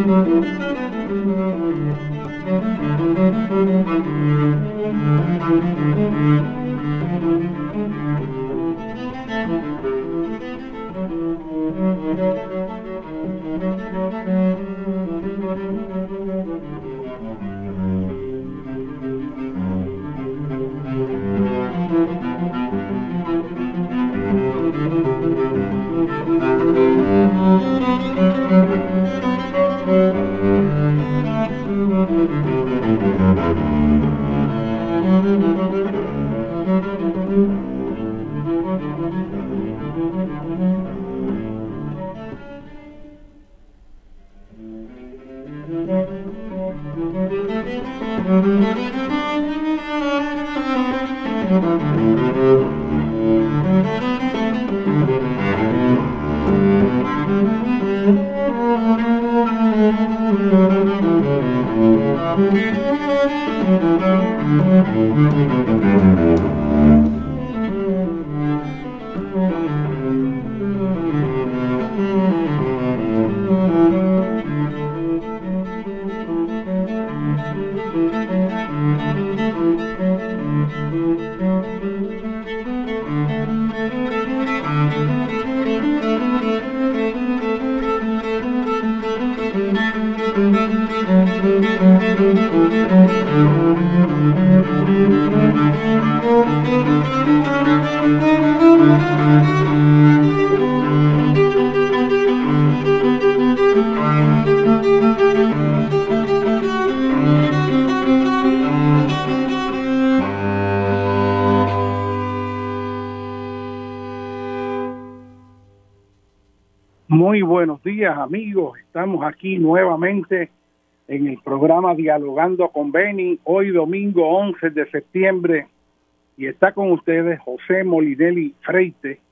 Muy buenos días, amigos. Estamos aquí nuevamente en el programa Dialogando con Benny, hoy domingo 11 de septiembre, y está con ustedes José Molinelli Freite,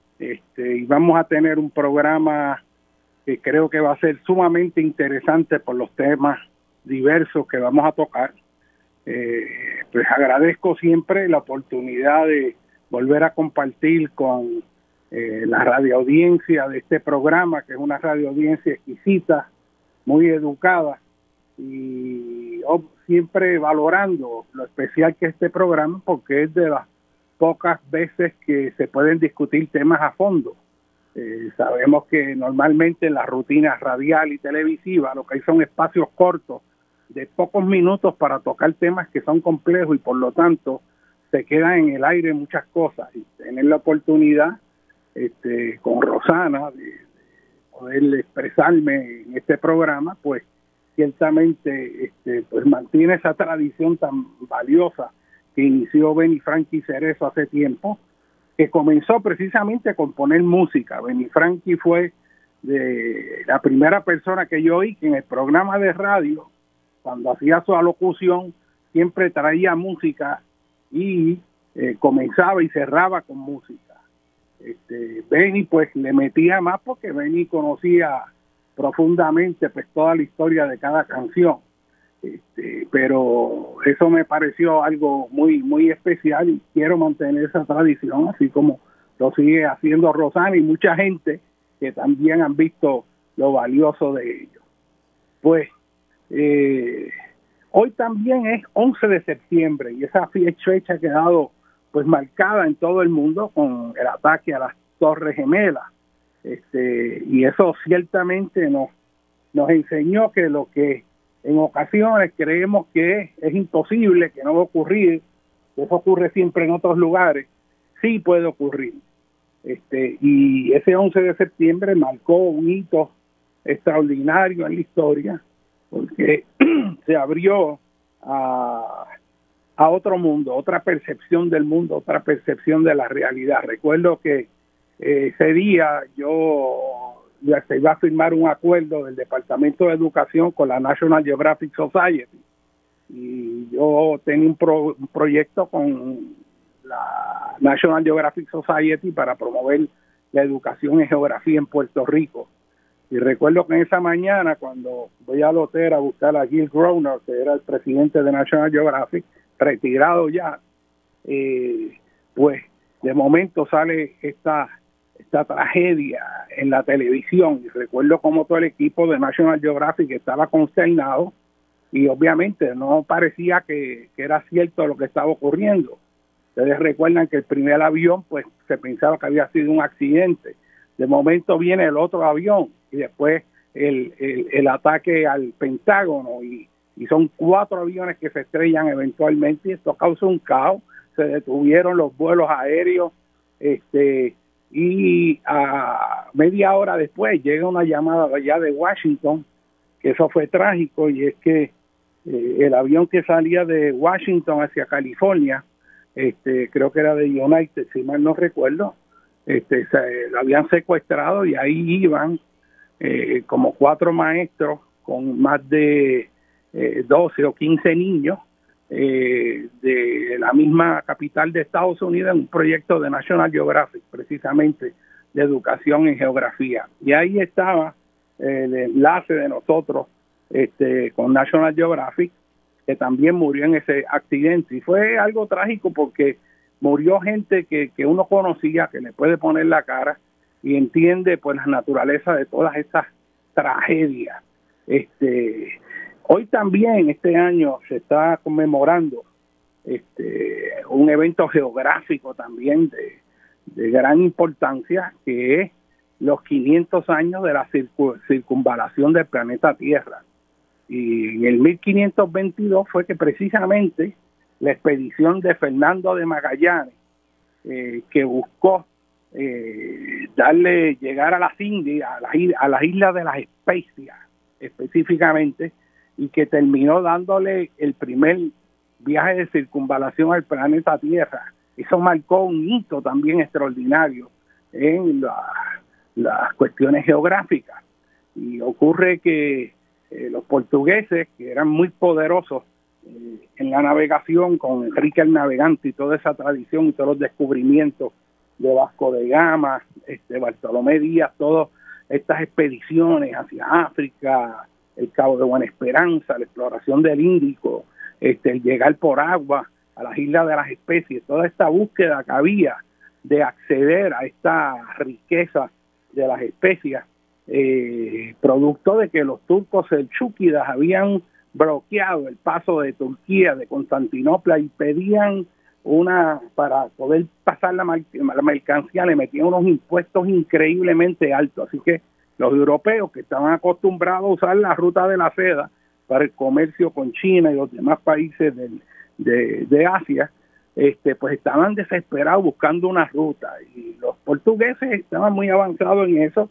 y vamos a tener un programa que creo que va a ser sumamente interesante por los temas diversos que vamos a tocar. Pues agradezco siempre la oportunidad de volver a compartir con la radioaudiencia de este programa, que es una radioaudiencia exquisita, muy educada, y siempre valorando lo especial que es este programa, porque es de las pocas veces que se pueden discutir temas a fondo. Sabemos que normalmente en las rutinas radial y televisiva lo que hay son espacios cortos de pocos minutos para tocar temas que son complejos y por lo tanto se quedan en el aire muchas cosas, y tener la oportunidad con Rosana de poder expresarme en este programa, pues ciertamente pues mantiene esa tradición tan valiosa que inició Benny Frankie Cerezo hace tiempo, que comenzó precisamente con poner música. Benny Frankie fue la primera persona que yo oí que en el programa de radio, cuando hacía su alocución, siempre traía música y comenzaba y cerraba con música. Benny pues le metía más porque Benny conocía profundamente pues toda la historia de cada canción, pero eso me pareció algo muy muy especial y quiero mantener esa tradición, así como lo sigue haciendo Rosana y mucha gente que también han visto lo valioso de ello. Pues hoy también es 11 de septiembre y esa fecha ha quedado pues marcada en todo el mundo con el ataque a las Torres Gemelas, y eso ciertamente nos enseñó que lo que en ocasiones creemos que es imposible, que no va a ocurrir, que eso ocurre siempre en otros lugares, sí puede ocurrir. Y ese 11 de septiembre marcó un hito extraordinario en la historia, porque se abrió a otro mundo, otra percepción del mundo, otra percepción de la realidad. Recuerdo que ese día se iba a firmar un acuerdo del Departamento de Educación con la National Geographic Society, y yo tenía un proyecto con la National Geographic Society para promover la educación en geografía en Puerto Rico. Y recuerdo que en esa mañana, cuando voy al hotel a buscar a Gil Groner, que era el presidente de National Geographic, retirado ya, pues de momento sale esta esta tragedia en la televisión, y recuerdo cómo todo el equipo de National Geographic estaba consternado, y obviamente no parecía que era cierto lo que estaba ocurriendo. Ustedes recuerdan que el primer avión, pues se pensaba que había sido un accidente. De momento viene el otro avión y después el ataque al Pentágono, y son 4 aviones que se estrellan eventualmente, y esto causa un caos. Se detuvieron los vuelos aéreos, y a media hora después llega una llamada allá de Washington, que eso fue trágico, y es que el avión que salía de Washington hacia California, creo que era de United, si mal no recuerdo, lo habían secuestrado, y ahí iban como 4 maestros con más de 12 o 15 niños de la misma capital de Estados Unidos, en un proyecto de National Geographic, precisamente de educación en geografía. Y ahí estaba el enlace de nosotros con National Geographic, que también murió en ese accidente. Y fue algo trágico porque murió gente que uno conocía, que le puede poner la cara y entiende pues la naturaleza de todas estas tragedias. Hoy también, este año, se está conmemorando un evento geográfico también de gran importancia, que es los 500 años de la circunvalación del planeta Tierra. Y en el 1522 fue que precisamente la expedición de Fernando de Magallanes, que buscó llegar a las Indias, a las islas de las Especias específicamente, y que terminó dándole el primer viaje de circunvalación al planeta Tierra. Eso marcó un hito también extraordinario en las cuestiones geográficas. Y ocurre que los portugueses, que eran muy poderosos en la navegación, con Enrique el Navegante y toda esa tradición y todos los descubrimientos de Vasco de Gama, Bartolomé Díaz, todas estas expediciones hacia África, el Cabo de Buena Esperanza, la exploración del Índico, el llegar por agua a las islas de las especies, toda esta búsqueda que había de acceder a esta riqueza de las especias, producto de que los turcos seljúquidas habían bloqueado el paso de Turquía, de Constantinopla, y pedían para poder pasar la mercancía, le metían unos impuestos increíblemente altos. Así que los europeos, que estaban acostumbrados a usar la ruta de la seda para el comercio con China y los demás países de Asia, pues estaban desesperados buscando una ruta, y los portugueses estaban muy avanzados en eso,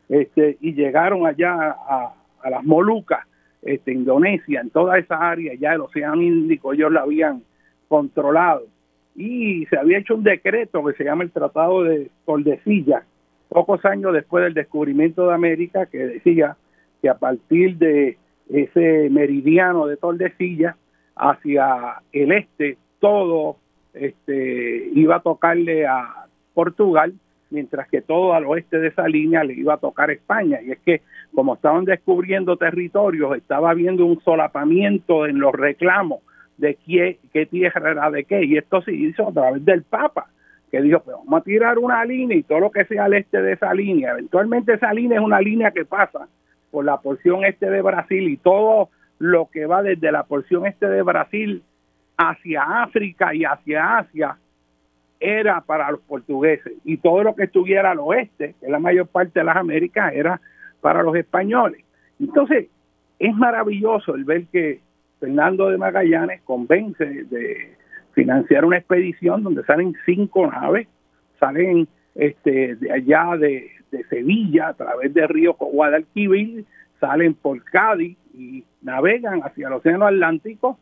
y llegaron allá a las Molucas, Indonesia, en toda esa área ya del Océano Índico. Ellos la habían controlado, y se había hecho un decreto que se llama el Tratado de Tordesillas, pocos años después del descubrimiento de América, que decía que a partir de ese meridiano de Tordesillas hacia el este, todo iba a tocarle a Portugal, mientras que todo al oeste de esa línea le iba a tocar España. Y es que, como estaban descubriendo territorios, estaba habiendo un solapamiento en los reclamos de qué tierra era de qué, y esto se hizo a través del Papa, que dijo, pues vamos a tirar una línea, y todo lo que sea al este de esa línea, eventualmente esa línea es una línea que pasa por la porción este de Brasil, y todo lo que va desde la porción este de Brasil hacia África y hacia Asia era para los portugueses, y todo lo que estuviera al oeste, que es la mayor parte de las Américas, era para los españoles. Entonces es maravilloso el ver que Fernando de Magallanes convence de financiar una expedición donde salen 5 naves, salen de allá de Sevilla a través del río Guadalquivir, salen por Cádiz y navegan hacia el Océano Atlántico,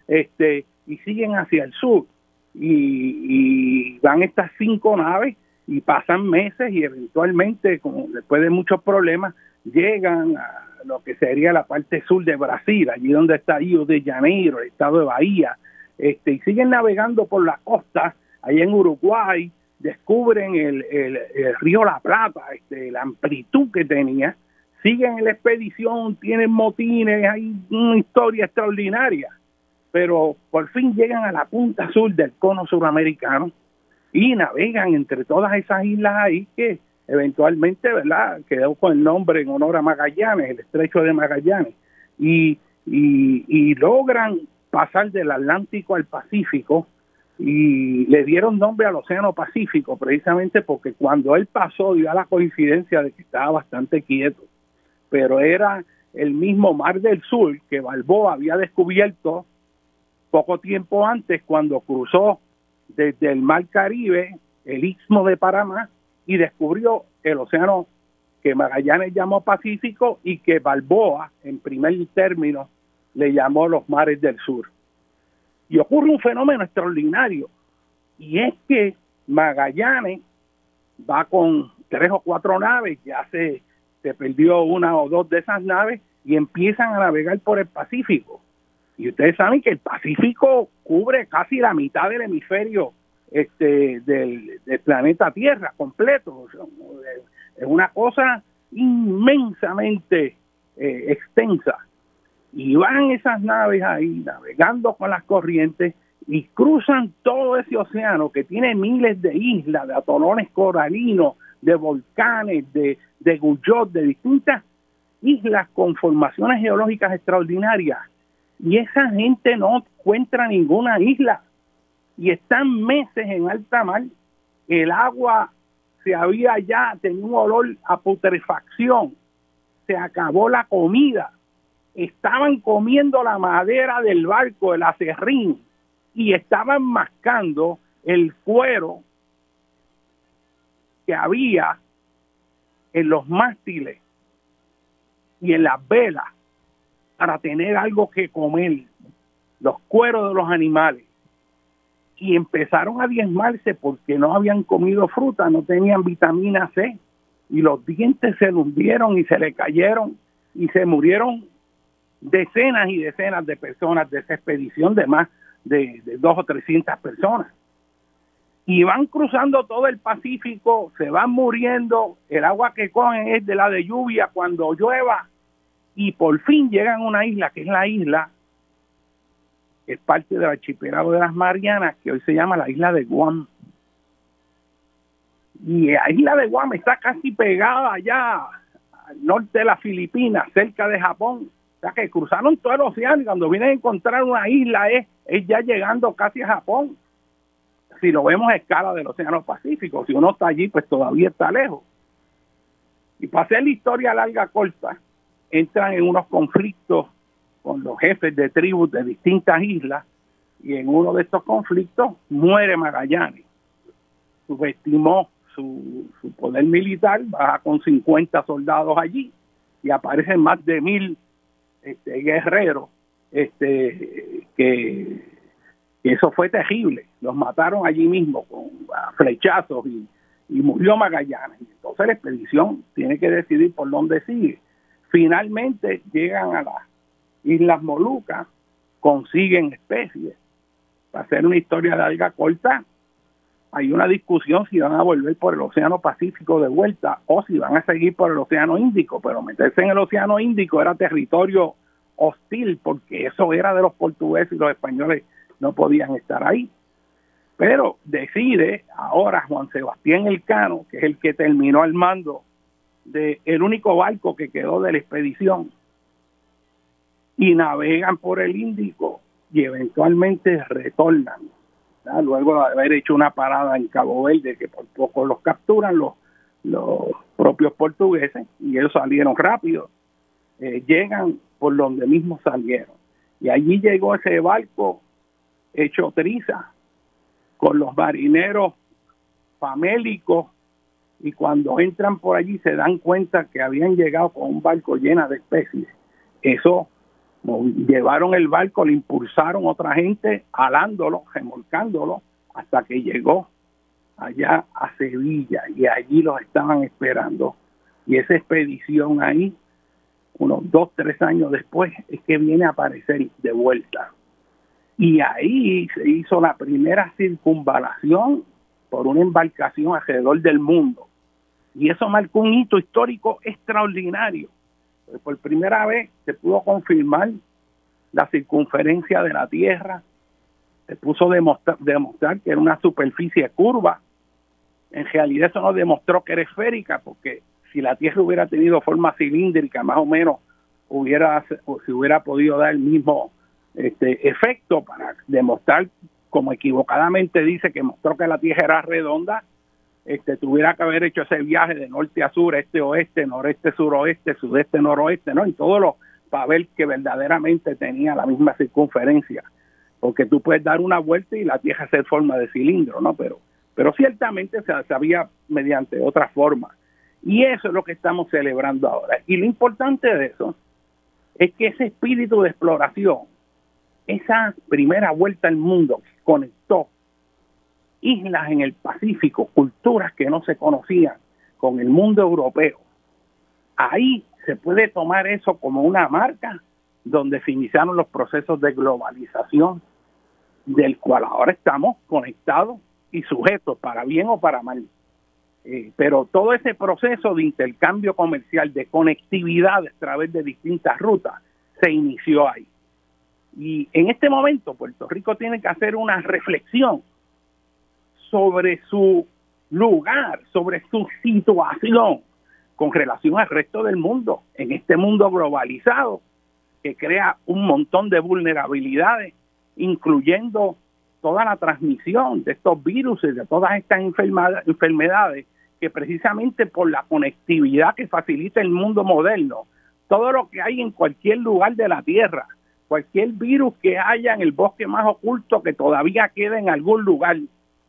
y siguen hacia el sur, y van estas 5 naves y pasan meses, y eventualmente, como después de muchos problemas, llegan a lo que sería la parte sur de Brasil, allí donde está Río de Janeiro, el estado de Bahía, y siguen navegando por la costa, allá en Uruguay, descubren el río La Plata, la amplitud que tenía, siguen en la expedición, tienen motines, hay una historia extraordinaria, pero por fin llegan a la punta sur del cono suramericano y navegan entre todas esas islas ahí, que eventualmente, ¿verdad?, quedó con el nombre en honor a Magallanes, el Estrecho de Magallanes, y logran pasar del Atlántico al Pacífico, y le dieron nombre al Océano Pacífico precisamente porque cuando él pasó dio la coincidencia de que estaba bastante quieto, pero era el mismo Mar del Sur que Balboa había descubierto poco tiempo antes cuando cruzó desde el Mar Caribe, el Istmo de Panamá, y descubrió el océano que Magallanes llamó Pacífico y que Balboa, en primer término, le llamó los mares del sur. Y ocurre un fenómeno extraordinario, y es que Magallanes va con 3 o 4 naves, ya se perdió una o dos de esas naves, y empiezan a navegar por el Pacífico. Y ustedes saben que el Pacífico cubre casi la mitad del hemisferio del planeta Tierra completo. Es una cosa inmensamente extensa. Y van esas naves ahí navegando con las corrientes y cruzan todo ese océano que tiene miles de islas, de atolones coralinos, de volcanes, de guyot, de distintas islas con formaciones geológicas extraordinarias. Y esa gente no encuentra ninguna isla y están meses en alta mar. El agua tenía un olor a putrefacción, se acabó la comida, estaban comiendo la madera del barco, el acerrín, y estaban mascando el cuero que había en los mástiles y en las velas para tener algo que comer, los cueros de los animales. Y empezaron a diezmarse porque no habían comido fruta, no tenían vitamina C, y los dientes se le hundieron y se le cayeron y se murieron decenas y decenas de personas de esa expedición, de más de 200 o 300 personas. Y van cruzando todo el Pacífico, se van muriendo, el agua que cogen es de la de lluvia cuando llueva, y por fin llegan a una isla, que es la isla, que es parte del archipiélago de las Marianas, que hoy se llama la isla de Guam. Y la isla de Guam está casi pegada allá al norte de las Filipinas, cerca de Japón. O sea que cruzaron todo el océano, y cuando vienen a encontrar una isla es ya llegando casi a Japón. Si lo vemos a escala del Océano Pacífico, si uno está allí, pues todavía está lejos. Y para hacer la historia larga corta, entran en unos conflictos con los jefes de tribus de distintas islas, y en uno de estos conflictos muere Magallanes. Subestimó su poder militar, baja con 50 soldados allí, y aparecen más de 1000 guerreros, que eso fue terrible. Los mataron allí mismo con flechazos, y murió Magallanes. Entonces la expedición tiene que decidir por dónde sigue. Finalmente llegan a las Islas Molucas, consiguen especies. Para hacer una historia larga corta, hay una discusión si van a volver por el Océano Pacífico de vuelta o si van a seguir por el Océano Índico, pero meterse en el Océano Índico era territorio hostil porque eso era de los portugueses y los españoles no podían estar ahí. Pero decide ahora Juan Sebastián Elcano, que es el que terminó al mando del único barco que quedó de la expedición, y navegan por el Índico y eventualmente retornan, ¿verdad? Luego de haber hecho una parada en Cabo Verde, que por poco los capturan los propios portugueses, y ellos salieron rápido, llegan por donde mismo salieron, y allí llegó ese barco hecho triza con los marineros famélicos, y cuando entran por allí se dan cuenta que habían llegado con un barco lleno de especies. Eso, llevaron el barco, lo impulsaron otra gente, alándolo, remolcándolo, hasta que llegó allá a Sevilla, y allí los estaban esperando. Y esa expedición ahí, unos 2 o 3 años después, es que viene a aparecer de vuelta. Y ahí se hizo la primera circunvalación por una embarcación alrededor del mundo. Y eso marcó un hito histórico extraordinario. Por primera vez se pudo confirmar la circunferencia de la Tierra, se puso demostrar que era una superficie curva, En realidad eso no demostró que era esférica, porque si la Tierra hubiera tenido forma cilíndrica, más o menos se hubiera podido dar el mismo efecto para demostrar, como equivocadamente dice, que mostró que la Tierra era redonda. Tuviera que haber hecho ese viaje de norte a sur, este-oeste, noreste-suroeste, sudeste-noroeste, ¿no? Y todo lo para ver que verdaderamente tenía la misma circunferencia. Porque tú puedes dar una vuelta y la Tierra hacer forma de cilindro, ¿no? Pero ciertamente se sabía mediante otra forma. Y eso es lo que estamos celebrando ahora. Y lo importante de eso es que ese espíritu de exploración, esa primera vuelta al mundo, conectó islas en el Pacífico, culturas que no se conocían con el mundo europeo. Ahí se puede tomar eso como una marca donde se iniciaron los procesos de globalización, del cual ahora estamos conectados y sujetos, para bien o para mal. Pero todo ese proceso de intercambio comercial, de conectividad a través de distintas rutas, se inició ahí. Y en este momento Puerto Rico tiene que hacer una reflexión sobre su lugar, sobre su situación con relación al resto del mundo, en este mundo globalizado que crea un montón de vulnerabilidades, incluyendo toda la transmisión de estos virus y de todas estas enfermedades, que precisamente por la conectividad que facilita el mundo moderno, todo lo que hay en cualquier lugar de la Tierra, cualquier virus que haya en el bosque más oculto que todavía queda en algún lugar,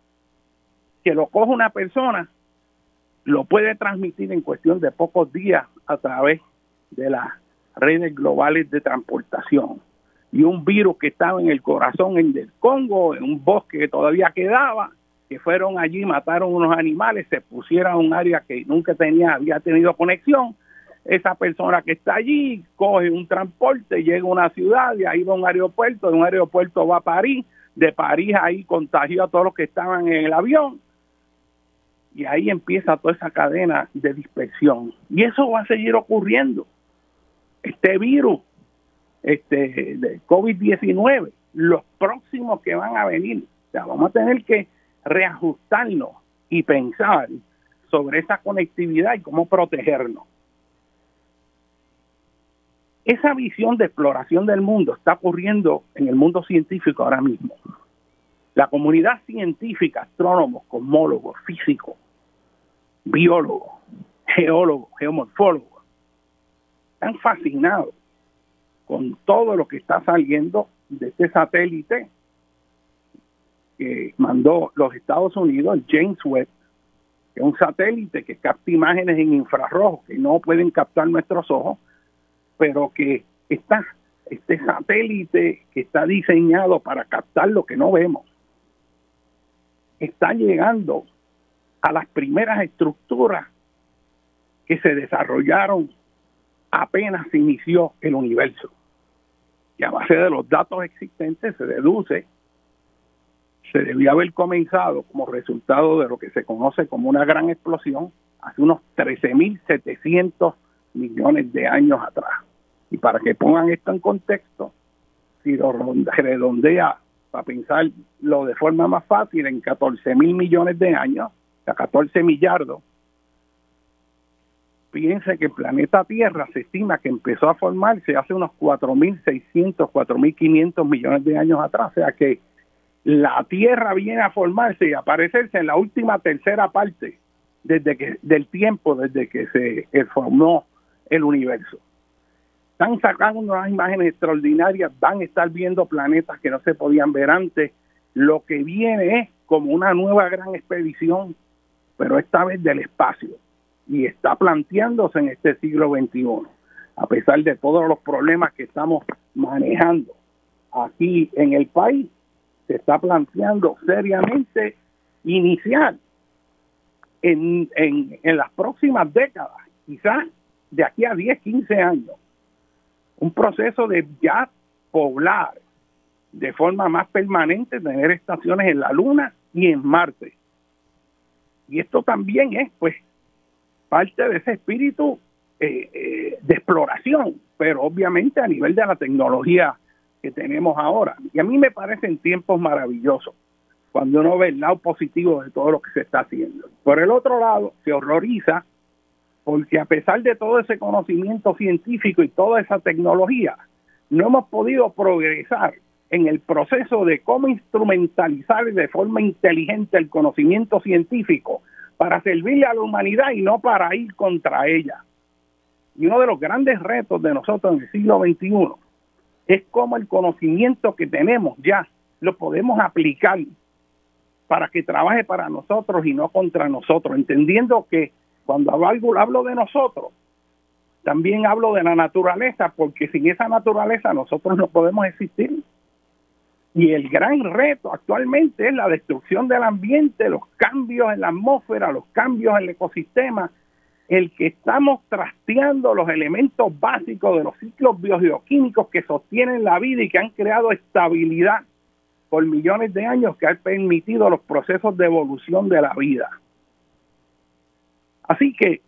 que lo coja una persona, lo puede transmitir en cuestión de pocos días a través de las redes globales de transportación. Y un virus que estaba en el corazón del Congo, en un bosque que todavía quedaba, que fueron allí, mataron unos animales, se pusieron a un área que nunca había tenido conexión. Esa persona que está allí coge un transporte, llega a una ciudad, de ahí va a un aeropuerto, de un aeropuerto va a París, de París ahí contagió a todos los que estaban en el avión, y ahí empieza toda esa cadena de dispersión. Y eso va a seguir ocurriendo. Este virus, de COVID-19, los próximos que van a venir, o sea, vamos a tener que reajustarnos y pensar sobre esa conectividad y cómo protegernos. Esa visión de exploración del mundo está ocurriendo en el mundo científico ahora mismo. La comunidad científica, astrónomos, cosmólogos, físicos, biólogos, geólogos, geomorfólogos, están fascinados con todo lo que está saliendo de este satélite que mandó los Estados Unidos, el James Webb, que es un satélite que capta imágenes en infrarrojo que no pueden captar nuestros ojos, pero que este satélite que está diseñado para captar lo que no vemos, está llegando a las primeras estructuras que se desarrollaron apenas se inició el universo. Y a base de los datos existentes se deduce, se debió haber comenzado como resultado de lo que se conoce como una gran explosión hace unos 13.700 millones de años atrás. Y para que pongan esto en contexto, si lo redondea para pensarlo de forma más fácil, en 14.000 millones de años, o sea, 14 millardos, piense que el planeta Tierra se estima que empezó a formarse hace unos 4.600, 4.500 millones de años atrás. O sea que la Tierra viene a formarse y a aparecerse en la última tercera parte del tiempo desde que se formó el universo. Están sacando unas imágenes extraordinarias, van a estar viendo planetas que no se podían ver antes. Lo que viene es como una nueva gran expedición, pero esta vez del espacio. Y está planteándose en este siglo XXI, a pesar de todos los problemas que estamos manejando aquí en el país, se está planteando seriamente iniciar en las próximas décadas, quizás de aquí a 10, 15 años, un proceso de ya poblar de forma más permanente, tener estaciones en la Luna y en Marte. Y esto también es, pues, parte de ese espíritu de exploración, pero obviamente a nivel de la tecnología que tenemos ahora. Y a mí me parecen tiempos maravillosos, cuando uno ve el lado positivo de todo lo que se está haciendo. Por el otro lado, se horroriza porque a pesar de todo ese conocimiento científico y toda esa tecnología, no hemos podido progresar en el proceso de cómo instrumentalizar de forma inteligente el conocimiento científico para servirle a la humanidad y no para ir contra ella. Y uno de los grandes retos de nosotros en el siglo XXI es cómo el conocimiento que tenemos ya lo podemos aplicar para que trabaje para nosotros y no contra nosotros, entendiendo que cuando hablo de nosotros, también hablo de la naturaleza, porque sin esa naturaleza nosotros no podemos existir. Y el gran reto actualmente es la destrucción del ambiente, los cambios en la atmósfera, los cambios en el ecosistema, el que estamos trasteando los elementos básicos de los ciclos biogeoquímicos que sostienen la vida y que han creado estabilidad por millones de años, que han permitido los procesos de evolución de la vida. Así que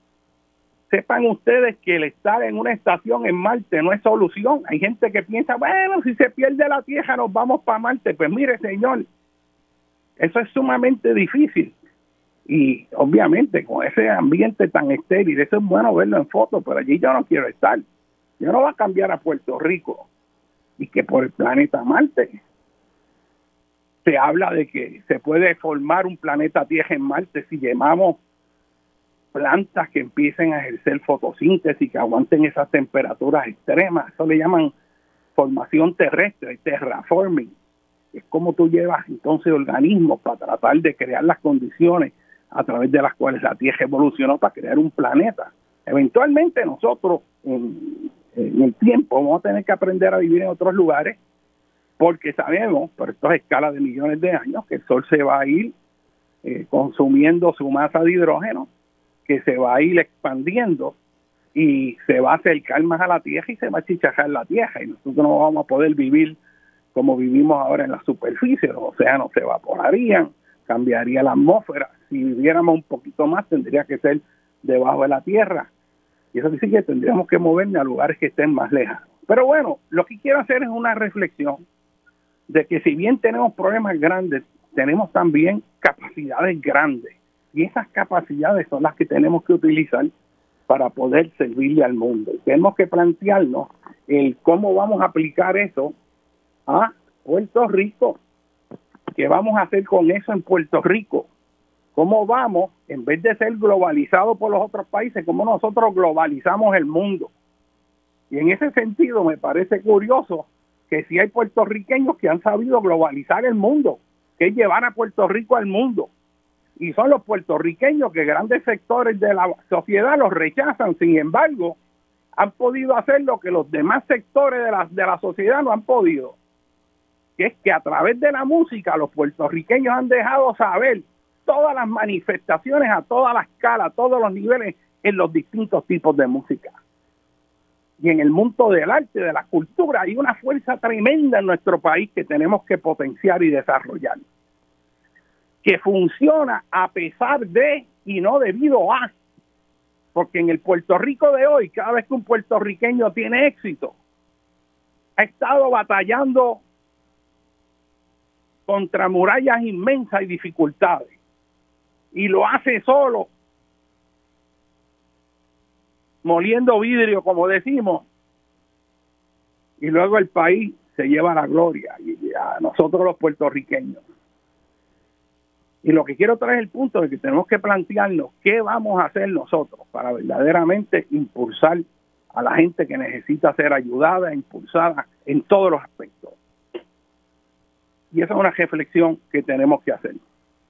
sepan ustedes que el estar en una estación en Marte no es solución. Hay gente que piensa, bueno, si se pierde la Tierra nos vamos para Marte. Pues mire, señor, eso es sumamente difícil. Y obviamente con ese ambiente tan estéril, eso es bueno verlo en fotos, pero allí yo no quiero estar. Yo no voy a cambiar a Puerto Rico. Y que por el planeta Marte se habla de que se puede formar un planeta Tierra en Marte si llevamos plantas que empiecen a ejercer fotosíntesis, que aguanten esas temperaturas extremas. Eso le llaman formación terrestre, terraforming. Es como tú llevas entonces organismos para tratar de crear las condiciones a través de las cuales la Tierra evolucionó para crear un planeta. Eventualmente nosotros en el tiempo vamos a tener que aprender a vivir en otros lugares, porque sabemos, por esta escala de millones de años, que el Sol se va a ir consumiendo su masa de hidrógeno, que se va a ir expandiendo y se va a acercar más a la Tierra y se va a chicharrar la Tierra, y nosotros no vamos a poder vivir como vivimos ahora en la superficie. Los océanos se evaporarían, cambiaría la atmósfera. Si viviéramos un poquito más, tendría que ser debajo de la Tierra, y eso dice que tendríamos que movernos a lugares que estén más lejanos. Pero bueno, lo que quiero hacer es una reflexión de que si bien tenemos problemas grandes, tenemos también capacidades grandes. Y esas capacidades son las que tenemos que utilizar para poder servirle al mundo. Tenemos que plantearnos el cómo vamos a aplicar eso a Puerto Rico. ¿Qué vamos a hacer con eso en Puerto Rico? ¿Cómo vamos, en vez de ser globalizados por los otros países, cómo nosotros globalizamos el mundo? Y en ese sentido me parece curioso que sí hay puertorriqueños que han sabido globalizar el mundo, que es llevar a Puerto Rico al mundo. Y son los puertorriqueños que grandes sectores de la sociedad los rechazan. Sin embargo, han podido hacer lo que los demás sectores de la sociedad no han podido, que es que a través de la música los puertorriqueños han dejado saber todas las manifestaciones a toda la escala, a todos los niveles, en los distintos tipos de música. Y en el mundo del arte, de la cultura, hay una fuerza tremenda en nuestro país que tenemos que potenciar y desarrollar, que funciona a pesar de y no debido a, porque en el Puerto Rico de hoy, cada vez que un puertorriqueño tiene éxito, ha estado batallando contra murallas inmensas y dificultades, y lo hace solo, moliendo vidrio, como decimos, y luego el país se lleva la gloria, y a nosotros los puertorriqueños. Y lo que quiero traer es el punto de que tenemos que plantearnos qué vamos a hacer nosotros para verdaderamente impulsar a la gente que necesita ser ayudada, impulsada en todos los aspectos. Y esa es una reflexión que tenemos que hacer.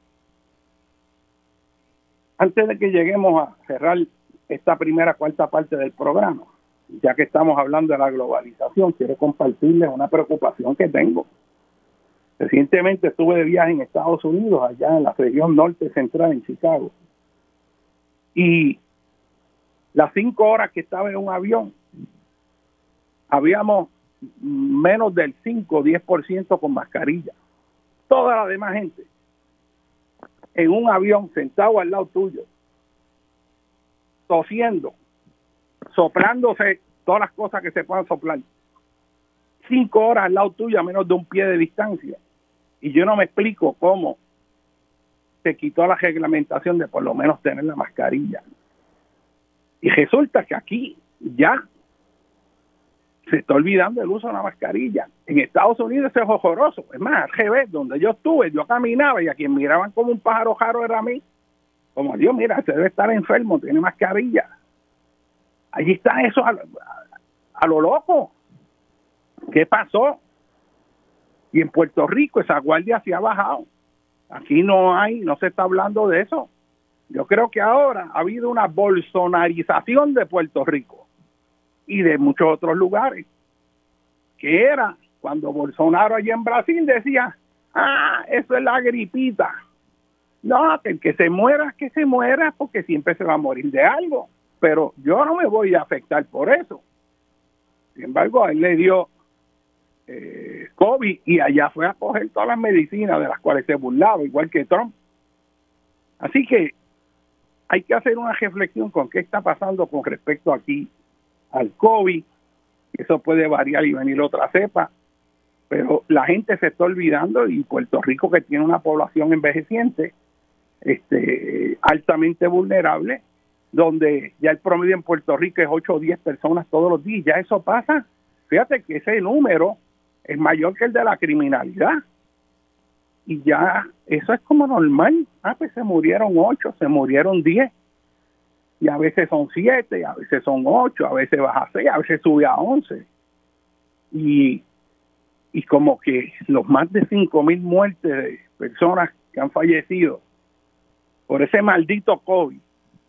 Antes de que lleguemos a cerrar esta primera cuarta parte del programa, ya que estamos hablando de la globalización, quiero compartirles una preocupación que tengo. Recientemente estuve de viaje en Estados Unidos, allá en la región norte central, en Chicago. Y las 5 horas que estaba en un avión, habíamos menos del 5 o 10% con mascarilla. Toda la demás gente en un avión sentado al lado tuyo, tosiendo, soplándose todas las cosas que se puedan soplar. 5 horas al lado tuyo a menos de un pie de distancia. Y yo no me explico cómo se quitó la reglamentación de por lo menos tener la mascarilla. Y resulta que aquí ya se está olvidando el uso de la mascarilla. En Estados Unidos eso es horroroso. Es más, al revés, donde yo estuve, yo caminaba y a quien miraban como un pájaro raro era a mí. Como Dios, mira, se debe estar enfermo, tiene mascarilla. Allí está eso a lo loco. ¿Qué pasó? Y en Puerto Rico esa guardia se ha bajado. Aquí no se está hablando de eso. Yo creo que ahora ha habido una bolsonarización de Puerto Rico y de muchos otros lugares, que era cuando Bolsonaro allá en Brasil decía, eso es la gripita. No, que el que se muera, porque siempre se va a morir de algo, pero yo no me voy a afectar por eso. Sin embargo, a él le dio COVID y allá fue a coger todas las medicinas de las cuales se burlaba, igual que Trump. Así que hay que hacer una reflexión con qué está pasando con respecto aquí al COVID. Eso puede variar y venir otra cepa, pero la gente se está olvidando, y Puerto Rico, que tiene una población envejeciente, altamente vulnerable, donde ya el promedio en Puerto Rico es 8 o 10 personas todos los días, ya eso pasa. Fíjate que ese número es mayor que el de la criminalidad, y ya eso es como normal. Pues se murieron 8, se murieron 10, y a veces son 7, a veces son 8, a veces baja a 6, a veces sube a 11, y como que los más de 5,000 muertes de personas que han fallecido por ese maldito COVID,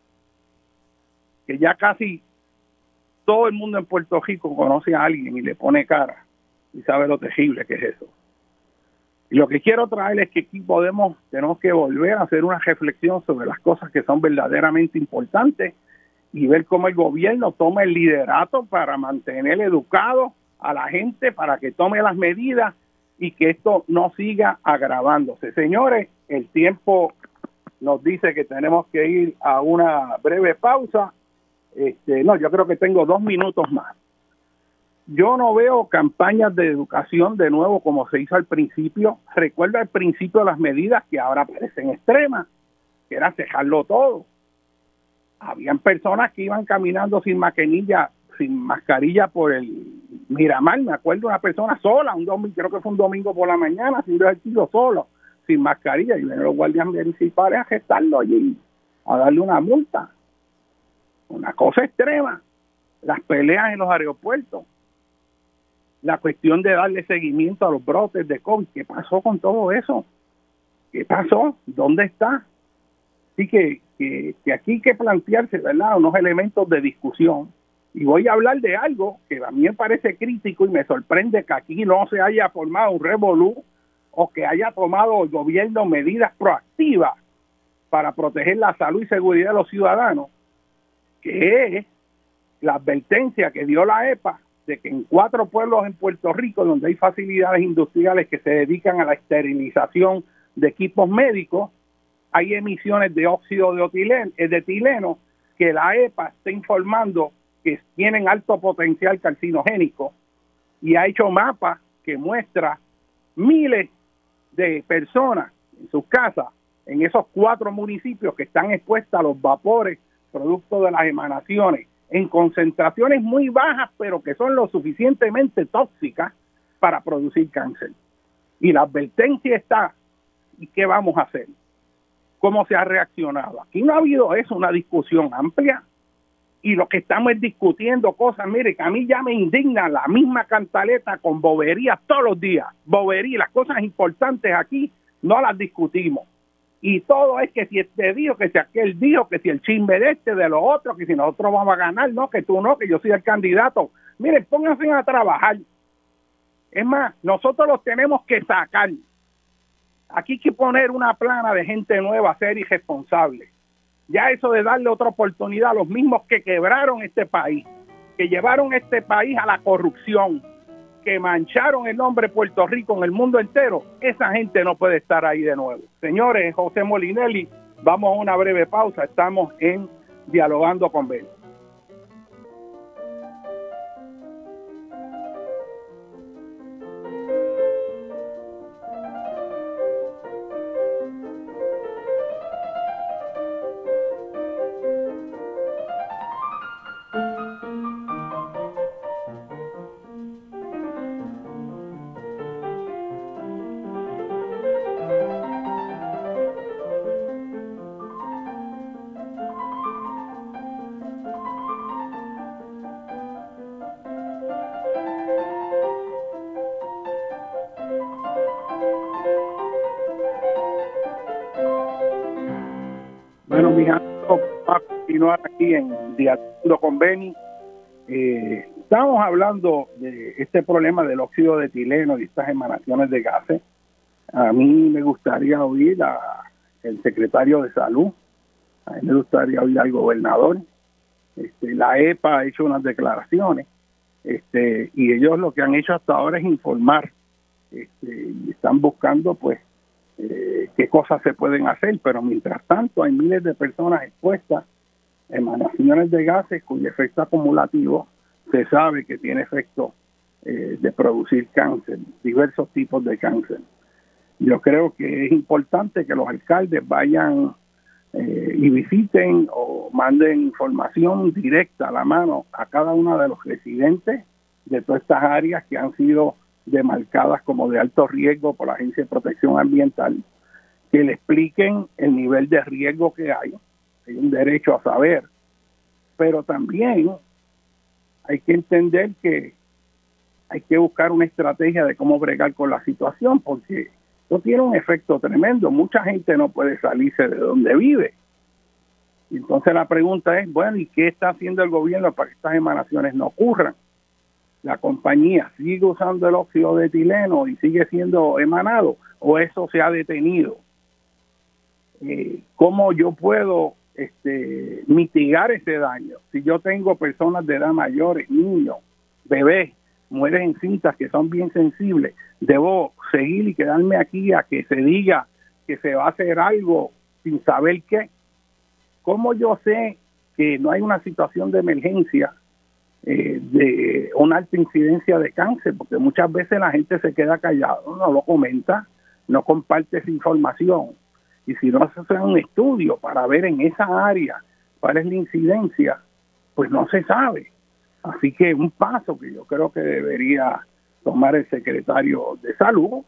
que ya casi todo el mundo en Puerto Rico conoce a alguien y le pone cara y sabe lo terrible que es eso. Y lo que quiero traer es que aquí tenemos que volver a hacer una reflexión sobre las cosas que son verdaderamente importantes y ver cómo el gobierno toma el liderato para mantener educado a la gente, para que tome las medidas y que esto no siga agravándose. Señores, el tiempo nos dice que tenemos que ir a una breve pausa. Yo creo que tengo 2 minutos más. Yo no veo campañas de educación de nuevo como se hizo al principio. Recuerdo al principio las medidas que ahora parecen extremas, que era cejarlo todo. Habían personas que iban caminando sin mascarilla por el Miramar. Me acuerdo una persona sola, creo que fue un domingo por la mañana, haciendo ejercicio solo, sin mascarilla, y vienen los guardias municipales a gestarlo allí, a darle una multa. Una cosa extrema. Las peleas en los aeropuertos, la cuestión de darle seguimiento a los brotes de COVID. ¿Qué pasó con todo eso? ¿Qué pasó? ¿Dónde está? Así que aquí hay que plantearse, ¿verdad?, unos elementos de discusión. Y voy a hablar de algo que a mí me parece crítico y me sorprende que aquí no se haya formado un revolú o que haya tomado el gobierno medidas proactivas para proteger la salud y seguridad de los ciudadanos, que es la advertencia que dio la EPA de que en 4 pueblos en Puerto Rico, donde hay facilidades industriales que se dedican a la esterilización de equipos médicos, hay emisiones de óxido de etileno que la EPA está informando que tienen alto potencial carcinogénico, y ha hecho mapas que muestra miles de personas en sus casas en esos 4 municipios que están expuestas a los vapores producto de las emanaciones en concentraciones muy bajas, pero que son lo suficientemente tóxicas para producir cáncer. Y la advertencia está, ¿y qué vamos a hacer? ¿Cómo se ha reaccionado? Aquí no ha habido una discusión amplia, y lo que estamos es discutiendo cosas, mire, que a mí ya me indigna la misma cantaleta con boberías todos los días, boberías. Las cosas importantes aquí no las discutimos. Y todo es que si este dijo, que si aquel dijo, que si el chisme de lo otro, que si nosotros vamos a ganar, no, que tú no, que yo soy el candidato. Miren, pónganse a trabajar. Es más, nosotros los tenemos que sacar. Aquí hay que poner una plana de gente nueva, seria y responsable. Ya eso de darle otra oportunidad a los mismos que quebraron este país, que llevaron este país a la corrupción, que mancharon el nombre de Puerto Rico en el mundo entero, esa gente no puede estar ahí de nuevo. Señores, José Molinelli, vamos a una breve pausa. Estamos en Dialogando con Beni. continuar aquí en Dialogando con Beni. Estamos hablando de este problema del óxido de etileno y estas emanaciones de gases. A mí me gustaría oír al secretario de Salud, a mí me gustaría oír al gobernador. La EPA ha hecho unas declaraciones y ellos lo que han hecho hasta ahora es informar. Y están buscando pues qué cosas se pueden hacer, pero mientras tanto hay miles de personas expuestas a emanaciones de gases cuyo efecto acumulativo se sabe que tiene efecto de producir cáncer, diversos tipos de cáncer. Yo creo que es importante que los alcaldes vayan y visiten o manden información directa a la mano a cada uno de los residentes de todas estas áreas que han sido demarcadas como de alto riesgo por la Agencia de Protección Ambiental, que le expliquen el nivel de riesgo que hay. Hay un derecho a saber, pero también hay que entender que hay que buscar una estrategia de cómo bregar con la situación, porque esto tiene un efecto tremendo. Mucha gente no puede salirse de donde vive. Y entonces la pregunta es, bueno, ¿y qué está haciendo el gobierno para que estas emanaciones no ocurran? La compañía sigue usando el óxido de etileno y sigue siendo emanado, o eso se ha detenido. ¿Cómo yo puedo mitigar ese daño? Si yo tengo personas de edad mayores, niños, bebés, mujeres encintas que son bien sensibles, debo seguir y quedarme aquí a que se diga que se va a hacer algo sin saber qué. ¿Cómo yo sé que no hay una situación de emergencia de una alta incidencia de cáncer? Porque muchas veces la gente se queda callada, no lo comenta, no comparte esa información. Y si no se hace un estudio para ver en esa área cuál es la incidencia, pues no se sabe. Así que un paso que yo creo que debería tomar el secretario de Salud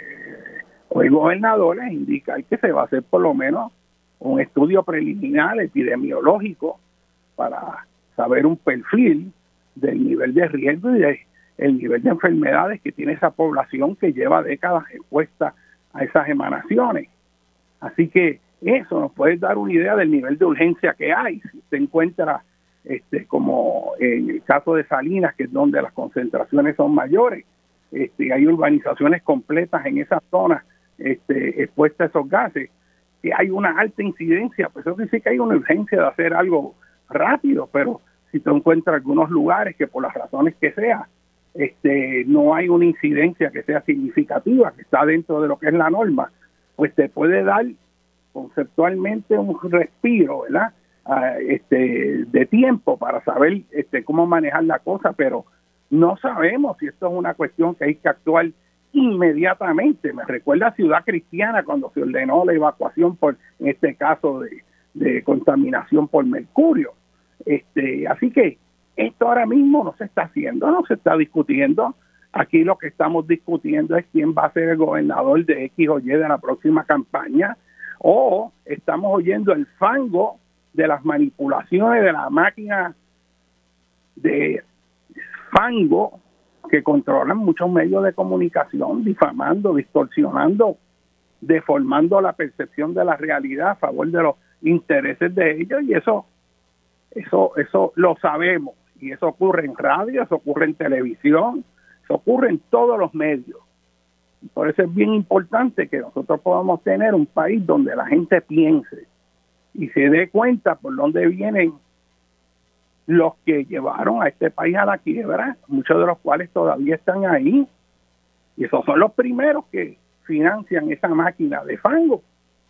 o el gobernador es indicar que se va a hacer por lo menos un estudio preliminar epidemiológico para saber un perfil del nivel de riesgo y el nivel de enfermedades que tiene esa población que lleva décadas expuesta a esas emanaciones. Así que eso nos puede dar una idea del nivel de urgencia que hay. Si se encuentra como en el caso de Salinas, que es donde las concentraciones son mayores, hay urbanizaciones completas en esas zonas expuestas a esos gases, que hay una alta incidencia, pues eso quiere decir que hay una urgencia de hacer algo rápido, pero si te encuentras algunos lugares que por las razones que sea, no hay una incidencia que sea significativa, que está dentro de lo que es la norma, pues te puede dar conceptualmente un respiro, ¿verdad? De tiempo para saber cómo manejar la cosa, pero no sabemos si esto es una cuestión que hay que actuar inmediatamente. Me recuerda a Ciudad Cristiana cuando se ordenó la evacuación en este caso de contaminación por mercurio. Así que esto ahora mismo no se está haciendo, no se está discutiendo. Aquí lo que estamos discutiendo es quién va a ser el gobernador de X o Y de la próxima campaña, o estamos oyendo el fango de las manipulaciones de la máquina de fango que controlan muchos medios de comunicación, difamando, distorsionando, deformando la percepción de la realidad a favor de los intereses de ellos, y eso lo sabemos, y eso ocurre en radio, eso ocurre en televisión, eso ocurre en todos los medios. Por eso es bien importante que nosotros podamos tener un país donde la gente piense y se dé cuenta por dónde vienen los que llevaron a este país a la quiebra, muchos de los cuales todavía están ahí, y esos son los primeros que financian esa máquina de fango.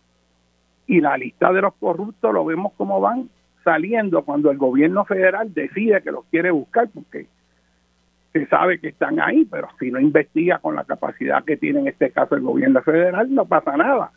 Y la lista de los corruptos lo vemos cómo van saliendo cuando el gobierno federal decide que los quiere buscar, porque se sabe que están ahí, pero si no investiga con la capacidad que tiene en este caso el gobierno federal, no pasa nada.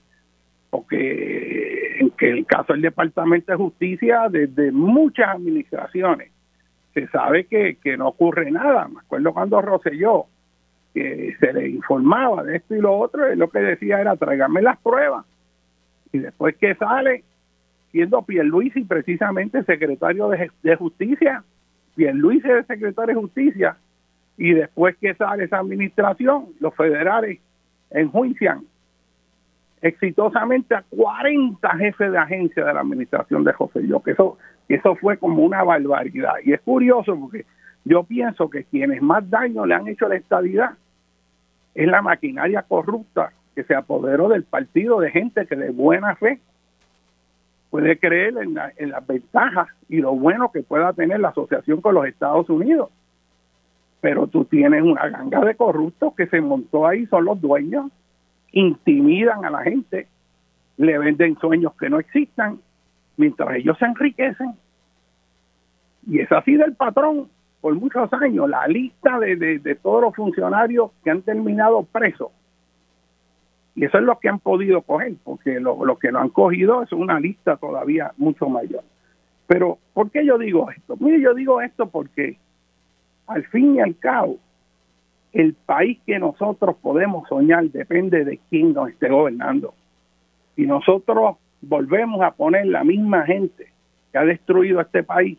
Porque en el caso del Departamento de Justicia, desde muchas administraciones, se sabe que no ocurre nada. Me acuerdo cuando Rosselló, que se le informaba de esto y lo otro, y lo que decía era, tráigame las pruebas. Y después que sale, siendo Pierluisi precisamente secretario de Justicia, Pierluisi es el secretario de Justicia, y después que sale esa administración, los federales enjuician exitosamente a 40 jefes de agencia de la administración de Rosselló, que eso Y eso fue como una barbaridad. Y es curioso porque yo pienso que quienes más daño le han hecho a la estadidad es la maquinaria corrupta que se apoderó del partido, de gente que de buena fe puede creer en las ventajas y lo bueno que pueda tener la asociación con los Estados Unidos. Pero tú tienes una ganga de corruptos que se montó ahí, son los dueños, intimidan a la gente, le venden sueños que no existan, mientras ellos se enriquecen. Y es así del patrón por muchos años. La lista de todos los funcionarios que han terminado presos, y eso es lo que han podido coger, porque lo que no han cogido es una lista todavía mucho mayor. Pero, ¿por qué yo digo esto? Mire, yo digo esto porque al fin y al cabo, el país que nosotros podemos soñar depende de quién nos esté gobernando. Si nosotros volvemos a poner la misma gente que ha destruido este país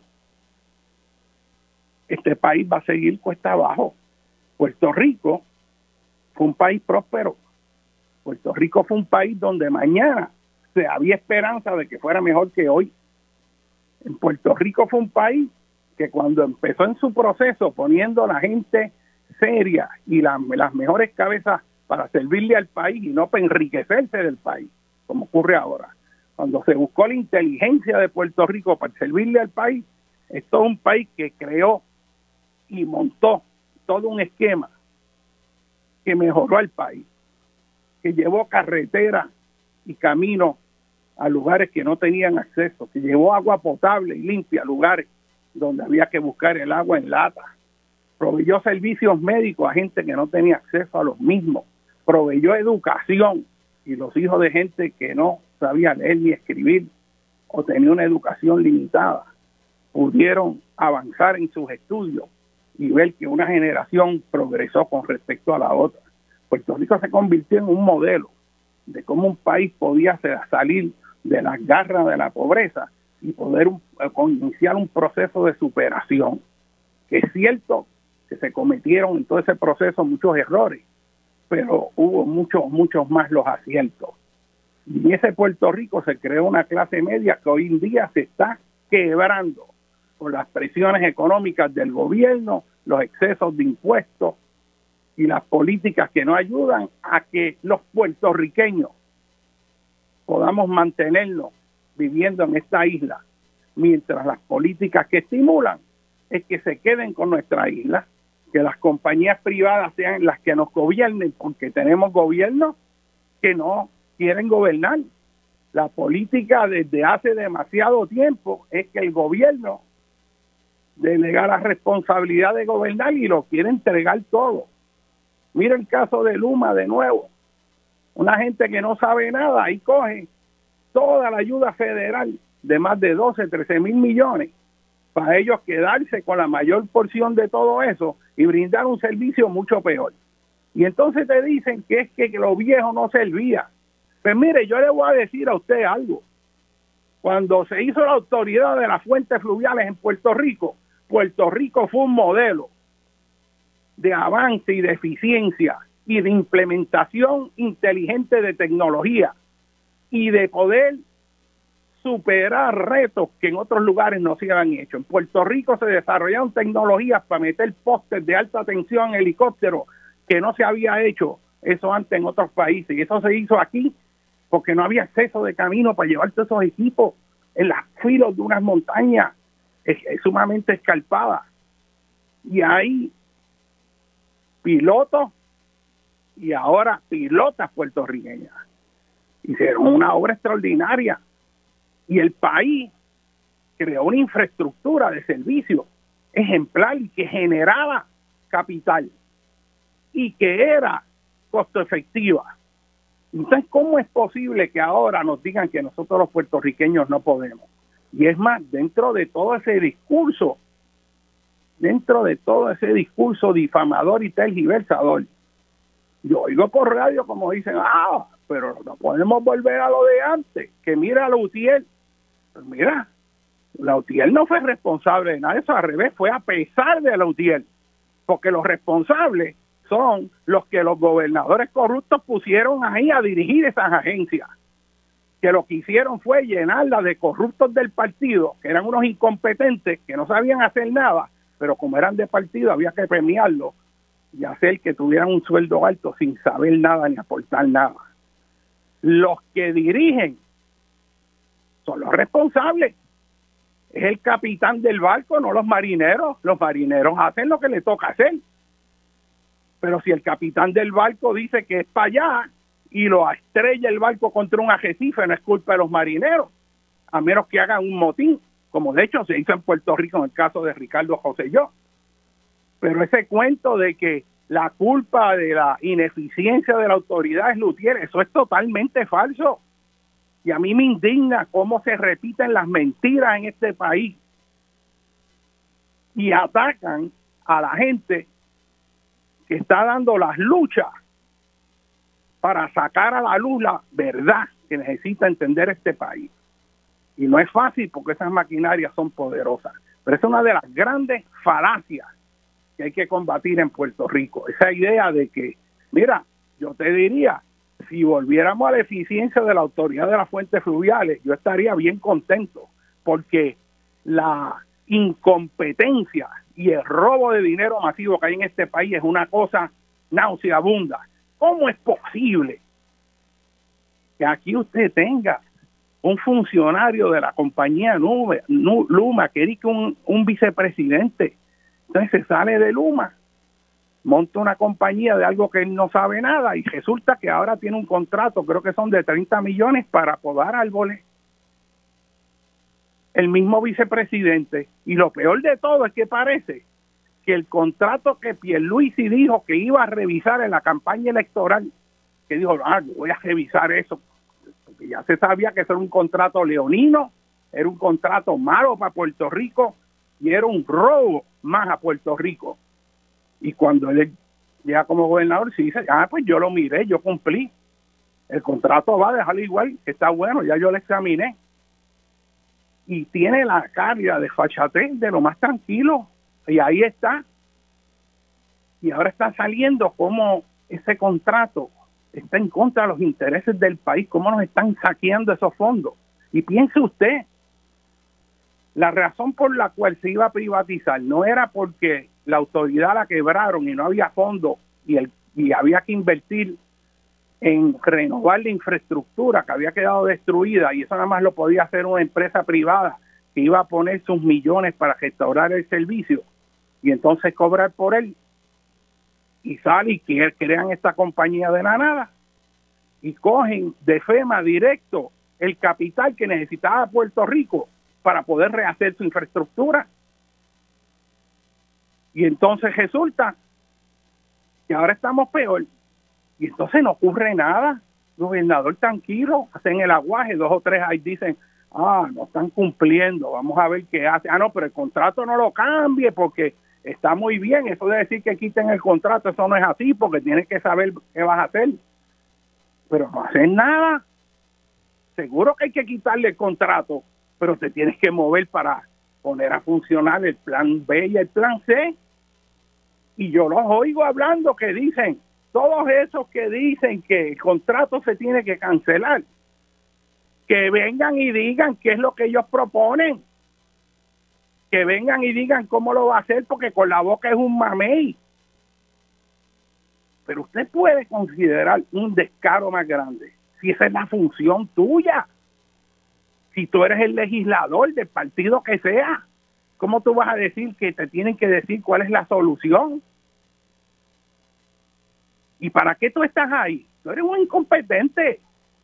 va a seguir cuesta abajo. Puerto Rico fue un país próspero. Puerto Rico fue un país donde mañana había esperanza de que fuera mejor que hoy. En Puerto Rico fue un país que cuando empezó en su proceso poniendo a la gente seria y las mejores cabezas para servirle al país y no para enriquecerse del país, como ocurre ahora. Cuando se buscó la inteligencia de Puerto Rico para servirle al país, esto es un país que creó y montó todo un esquema que mejoró al país, que llevó carreteras y caminos a lugares que no tenían acceso, que llevó agua potable y limpia a lugares donde había que buscar el agua en lata, proveyó servicios médicos a gente que no tenía acceso a los mismos, proveyó educación, y los hijos de gente que no sabía leer ni escribir o tenía una educación limitada pudieron avanzar en sus estudios y ver que una generación progresó con respecto a la otra. Puerto Rico se convirtió en un modelo de cómo un país podía salir de las garras de la pobreza y poder iniciar un proceso de superación. Que es cierto que se cometieron en todo ese proceso muchos errores, pero hubo muchos más los aciertos. Y en ese Puerto Rico se creó una clase media que hoy en día se está quebrando por las presiones económicas del gobierno, los excesos de impuestos y las políticas que no ayudan a que los puertorriqueños podamos mantenernos viviendo en esta isla, mientras las políticas que estimulan es que se queden con nuestra isla, que las compañías privadas sean las que nos gobiernen, porque tenemos gobiernos que no quieren gobernar. La política desde hace demasiado tiempo es que el gobierno delega la responsabilidad de gobernar y lo quiere entregar todo. Mira el caso de Luma de nuevo. Una gente que no sabe nada y coge toda la ayuda federal de más de 12, 13 mil millones para ellos quedarse con la mayor porción de todo eso y brindar un servicio mucho peor. Y entonces te dicen que es que lo viejo no servía. Pues mire, yo le voy a decir a usted algo. Cuando se hizo la autoridad de las fuentes fluviales en Puerto Rico fue un modelo de avance y de eficiencia y de implementación inteligente de tecnología y de poder superar retos que en otros lugares no se habían hecho. En Puerto Rico se desarrollaron tecnologías para meter postes de alta tensión en helicópteros que no se había hecho eso antes en otros países, y eso se hizo aquí porque no había acceso de camino para llevar todos esos equipos en las filas de unas montañas sumamente escarpadas. Y ahí pilotos y ahora pilotas puertorriqueñas hicieron una obra extraordinaria, y el país creó una infraestructura de servicio ejemplar y que generaba capital y que era costo efectiva. Entonces, ¿cómo es posible que ahora nos digan que nosotros los puertorriqueños no podemos? Y es más, dentro de todo ese discurso difamador y tergiversador, yo oigo por radio como dicen, pero no podemos volver a lo de antes, que mira a Lautier. Pues mira, Lautier no fue responsable de nada, eso al revés, fue a pesar de Lautier, porque los responsables son los que los gobernadores corruptos pusieron ahí a dirigir esas agencias, que lo que hicieron fue llenarla de corruptos del partido, que eran unos incompetentes, que no sabían hacer nada, pero como eran de partido había que premiarlos y hacer que tuvieran un sueldo alto sin saber nada ni aportar nada. Los que dirigen son los responsables. Es el capitán del barco, no los marineros. Los marineros hacen lo que les toca hacer. Pero si el capitán del barco dice que es para allá y lo estrella el barco contra un arrecife, no es culpa de los marineros, a menos que hagan un motín, como de hecho se hizo en Puerto Rico en el caso de Ricardo Rosselló. Pero ese cuento de que la culpa de la ineficiencia de la autoridad es Lutier, eso es totalmente falso. Y a mí me indigna cómo se repiten las mentiras en este país y atacan a la gente que está dando las luchas para sacar a la luz la verdad que necesita entender este país. Y no es fácil porque esas maquinarias son poderosas. Pero es una de las grandes falacias que hay que combatir en Puerto Rico. Esa idea de que, mira, yo te diría, si volviéramos a la eficiencia de la autoridad de las fuentes fluviales, yo estaría bien contento, porque la incompetencia y el robo de dinero masivo que hay en este país es una cosa nauseabunda. ¿Cómo es posible que aquí usted tenga un funcionario de la compañía Luma, que es un vicepresidente? Entonces se sale de Luma, monta una compañía de algo que él no sabe nada y resulta que ahora tiene un contrato, creo que son de 30 millones para podar árboles. El mismo vicepresidente. Y lo peor de todo es que parece que el contrato que Pierluisi dijo que iba a revisar en la campaña electoral, que dijo, yo voy a revisar eso, porque ya se sabía que eso era un contrato leonino, era un contrato malo para Puerto Rico y era un robo más a Puerto Rico. Y cuando él llega como gobernador, se dice, pues yo lo miré, yo cumplí. El contrato va a dejarlo igual, está bueno, ya yo lo examiné. Y tiene la carga de fachatez de lo más tranquilo. Y ahí está. Y ahora está saliendo como ese contrato está en contra de los intereses del país, cómo nos están saqueando esos fondos. Y piense usted, la razón por la cual se iba a privatizar no era porque la autoridad la quebraron y no había fondos y había que invertir en renovar la infraestructura que había quedado destruida, y eso nada más lo podía hacer una empresa privada que iba a poner sus millones para restaurar el servicio y entonces cobrar por él, y sale y crean esta compañía de la nada y cogen de FEMA directo el capital que necesitaba Puerto Rico para poder rehacer su infraestructura. Y entonces resulta que ahora estamos peor. Y entonces no ocurre nada. Gobernador tranquilo, hacen el aguaje, 2 o 3 ahí dicen, no están cumpliendo, vamos a ver qué hace. No, pero el contrato no lo cambie porque está muy bien. Eso de decir que quiten el contrato, eso no es así, porque tienes que saber qué vas a hacer. Pero no hacen nada. Seguro que hay que quitarle el contrato, pero te tienes que mover para poner a funcionar el plan B y el plan C. Y yo los oigo hablando que dicen, todos esos que dicen que el contrato se tiene que cancelar, que vengan y digan qué es lo que ellos proponen, que vengan y digan cómo lo va a hacer, porque con la boca es un mamey. Pero usted puede considerar un descaro más grande si esa es la función tuya. Si tú eres el legislador del partido que sea, ¿cómo tú vas a decir que te tienen que decir cuál es la solución? ¿Y para qué tú estás ahí? Tú eres un incompetente.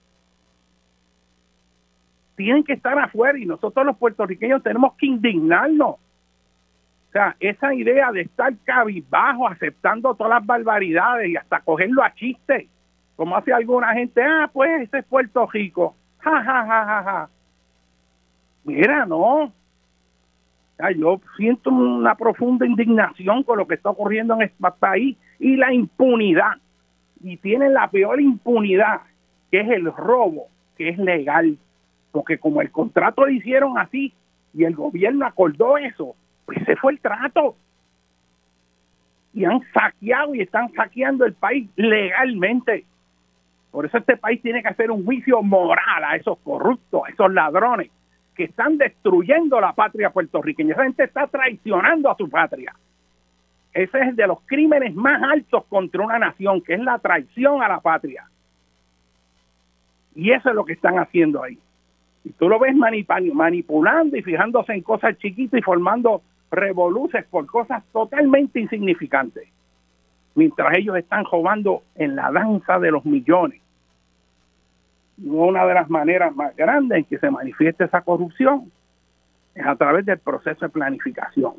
Tienen que estar afuera y nosotros los puertorriqueños tenemos que indignarnos. O sea, esa idea de estar cabizbajo, aceptando todas las barbaridades y hasta cogerlo a chiste, como hace alguna gente, pues ese es Puerto Rico. Ja, ja, ja, ja, ja. Mira, no. Yo siento una profunda indignación con lo que está ocurriendo en este país y la impunidad. Y tienen la peor impunidad, que es el robo, que es legal. Porque como el contrato lo hicieron así y el gobierno acordó eso, pues ese fue el trato. Y han saqueado y están saqueando el país legalmente. Por eso este país tiene que hacer un juicio moral a esos corruptos, a esos ladrones que están destruyendo la patria puertorriqueña. Esa gente está traicionando a su patria. Ese es de los crímenes más altos contra una nación, que es la traición a la patria. Y eso es lo que están haciendo ahí. Y tú lo ves manipulando y fijándose en cosas chiquitas y formando revoluciones por cosas totalmente insignificantes, mientras ellos están robando en la danza de los millones. Y una de las maneras más grandes en que se manifiesta esa corrupción es a través del proceso de planificación,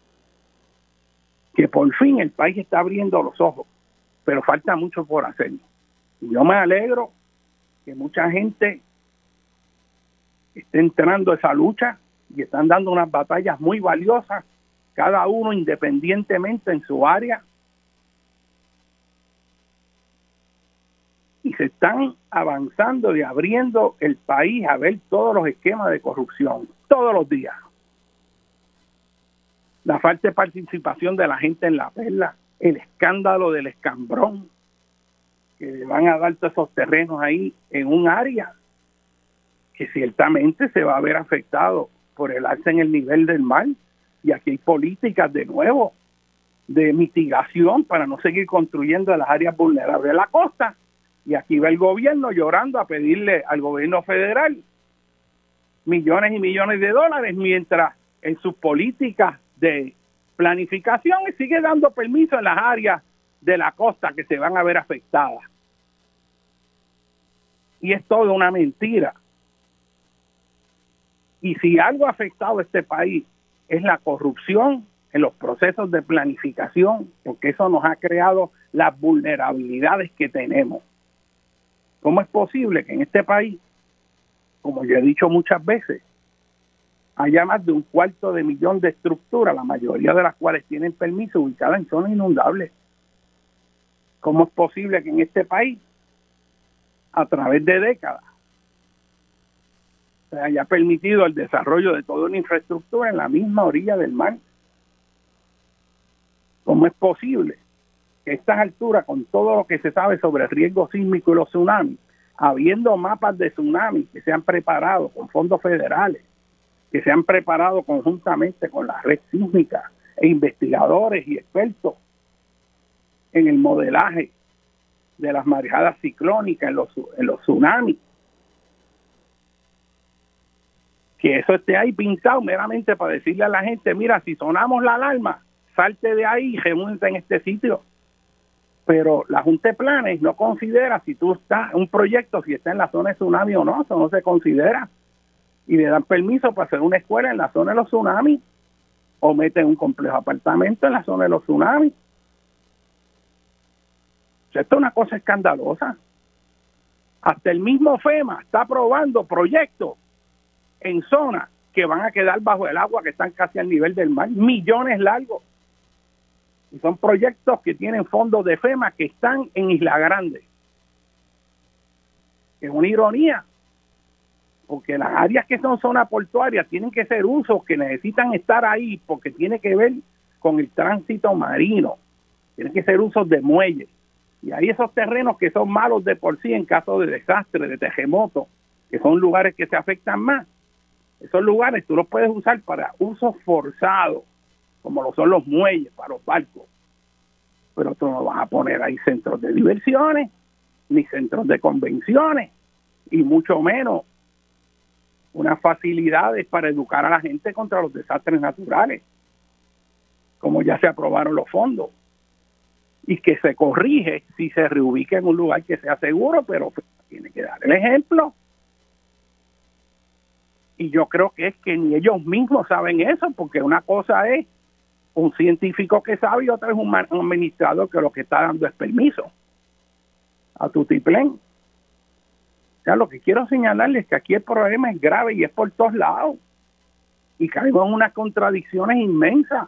que por fin el país está abriendo los ojos, pero falta mucho por hacer. Y yo me alegro que mucha gente esté entrando a esa lucha y están dando unas batallas muy valiosas, cada uno independientemente en su área, y se están avanzando y abriendo el país a ver todos los esquemas de corrupción, todos los días. La falta de participación de la gente en la perla, el escándalo del escambrón, que le van a dar todos esos terrenos ahí en un área que ciertamente se va a ver afectado por el alza en el nivel del mar, y aquí hay políticas de nuevo de mitigación para no seguir construyendo en las áreas vulnerables de la costa, y aquí va el gobierno llorando a pedirle al gobierno federal millones y millones de dólares, mientras en sus políticas de planificación sigue dando permiso en las áreas de la costa que se van a ver afectadas. Y es todo una mentira. Y si algo ha afectado a este país es la corrupción en los procesos de planificación, porque eso nos ha creado las vulnerabilidades que tenemos. ¿Cómo es posible que en este país, como yo he dicho muchas veces, haya más de 250,000 de estructuras, la mayoría de las cuales tienen permiso, ubicadas en zonas inundables? ¿Cómo es posible que en este país, a través de décadas, se haya permitido el desarrollo de toda una infraestructura en la misma orilla del mar? ¿Cómo es posible que a estas alturas, con todo lo que se sabe sobre el riesgo sísmico y los tsunamis, habiendo mapas de tsunamis que se han preparado con fondos federales, que se han preparado conjuntamente con la red sísmica e investigadores y expertos en el modelaje de las marejadas ciclónicas en los tsunamis, que eso esté ahí pintado meramente para decirle a la gente, mira, si sonamos la alarma, salte de ahí y reúnete en este sitio? Pero la Junta de Planes no considera si tú estás en un proyecto, si está en la zona de tsunami o no, eso no se considera. Y le dan permiso para hacer una escuela en la zona de los tsunamis, o meten un complejo de apartamentos en la zona de los tsunamis. Esto es una cosa escandalosa. Hasta el mismo FEMA está aprobando proyectos en zonas que van a quedar bajo el agua, que están casi al nivel del mar, millones largos. Y son proyectos que tienen fondos de FEMA que están en Isla Grande. Es una ironía, porque las áreas que son zonas portuarias tienen que ser usos que necesitan estar ahí, porque tiene que ver con el tránsito marino, tienen que ser usos de muelles. Y hay esos terrenos que son malos de por sí en caso de desastre, de terremoto, que son lugares que se afectan más. Esos lugares tú los puedes usar para usos forzados, como lo son los muelles para los barcos. Pero tú no vas a poner ahí centros de diversiones, ni centros de convenciones, y mucho menos unas facilidades para educar a la gente contra los desastres naturales, como ya se aprobaron los fondos, y que se corrige si se reubica en un lugar que sea seguro, pero tiene que dar el ejemplo. Y yo creo que es que ni ellos mismos saben eso, porque una cosa es un científico que sabe y otra es un administrador que lo que está dando es permiso a tutiplén. O sea, lo que quiero señalarles es que aquí el problema es grave y es por todos lados. Y caemos en unas contradicciones inmensas.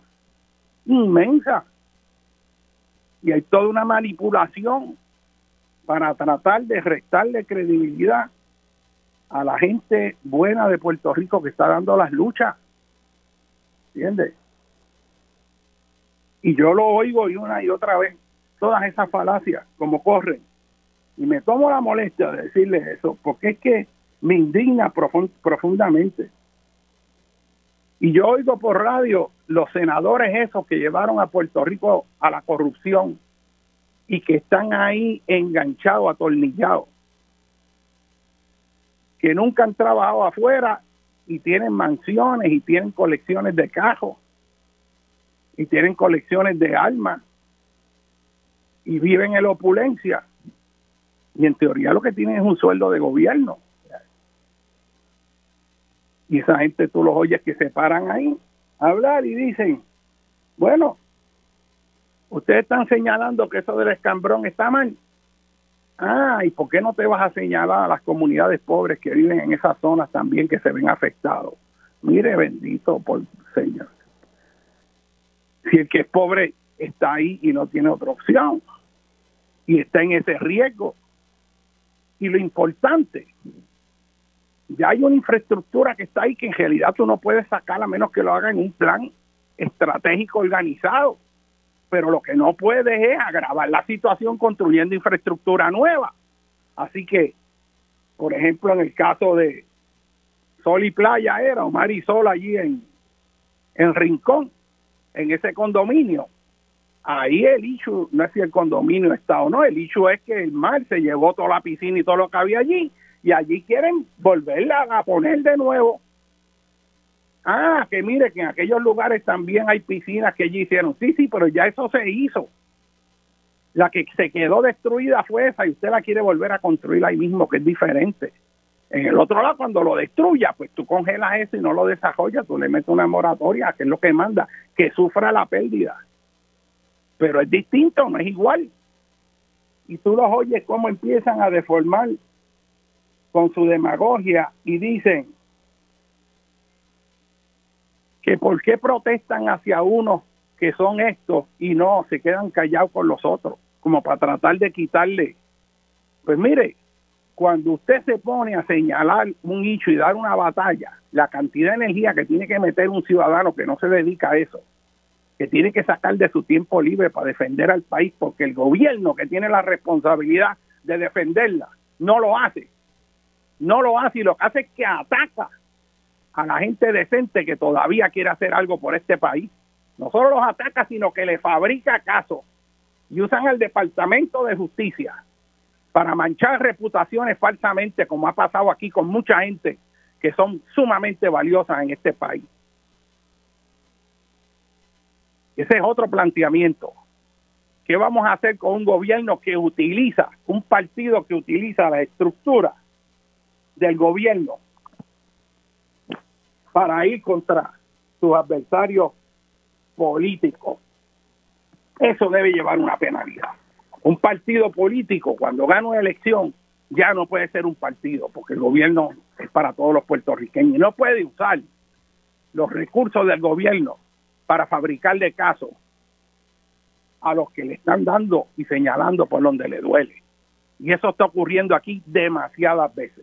Y hay toda una manipulación para tratar de restarle credibilidad a la gente buena de Puerto Rico que está dando las luchas. ¿Entiendes? Y yo lo oigo y una y otra vez, todas esas falacias, como corren. Y me tomo la molestia de decirles eso, porque es que me indigna profundamente. Y yo oigo por radio los senadores esos que llevaron a Puerto Rico a la corrupción y que están ahí enganchados, atornillados, que nunca han trabajado afuera y tienen mansiones y tienen colecciones de carros y tienen colecciones de armas y viven en la opulencia. Y en teoría lo que tienen es un sueldo de gobierno. Y esa gente tú los oyes que se paran ahí a hablar y dicen, bueno, ustedes están señalando que eso del escambrón está mal. Ah, ¿y por qué no te vas a señalar a las comunidades pobres que viven en esas zonas también que se ven afectados? Mire, bendito por Señor. Si el que es pobre está ahí y no tiene otra opción y está en ese riesgo. Y lo importante, ya hay una infraestructura que está ahí que en realidad tú no puedes sacar a menos que lo haga en un plan estratégico organizado. Pero lo que no puedes es agravar la situación construyendo infraestructura nueva. Así que, por ejemplo, en el caso de Sol y Playa era, o Mar y Sol allí en Rincón, en ese condominio, ahí el issue no es si el condominio está o no, el issue es que el mar se llevó toda la piscina y todo lo que había allí, y allí quieren volverla a poner de nuevo. Ah, que mire que en aquellos lugares también hay piscinas que allí hicieron. Sí, pero ya eso se hizo. La que se quedó destruida fue esa y usted la quiere volver a construir ahí mismo, que es diferente. En el otro lado, cuando lo destruya, pues tú congelas eso y no lo desarrollas, tú le metes una moratoria, que es lo que manda, que sufra la pérdida. Pero es distinto, no es igual. Y tú los oyes cómo empiezan a deformar con su demagogia y dicen que por qué protestan hacia unos que son estos y no se quedan callados con los otros, como para tratar de quitarle. Pues mire, cuando usted se pone a señalar un hecho y dar una batalla, la cantidad de energía que tiene que meter un ciudadano que no se dedica a eso, que tiene que sacar de su tiempo libre para defender al país, porque el gobierno que tiene la responsabilidad de defenderla no lo hace. No lo hace y lo que hace es que ataca a la gente decente que todavía quiere hacer algo por este país. No solo los ataca, sino que le fabrica casos y usan al Departamento de Justicia para manchar reputaciones falsamente, como ha pasado aquí con mucha gente que son sumamente valiosas en este país. Ese es otro planteamiento. ¿Qué vamos a hacer con un gobierno que utiliza, un partido que utiliza la estructura del gobierno para ir contra sus adversarios políticos? Eso debe llevar una penalidad. Un partido político, cuando gana una elección, ya no puede ser un partido, porque el gobierno es para todos los puertorriqueños y no puede usar los recursos del gobierno para fabricarle casos a los que le están dando y señalando por donde le duele. Y eso está ocurriendo aquí demasiadas veces.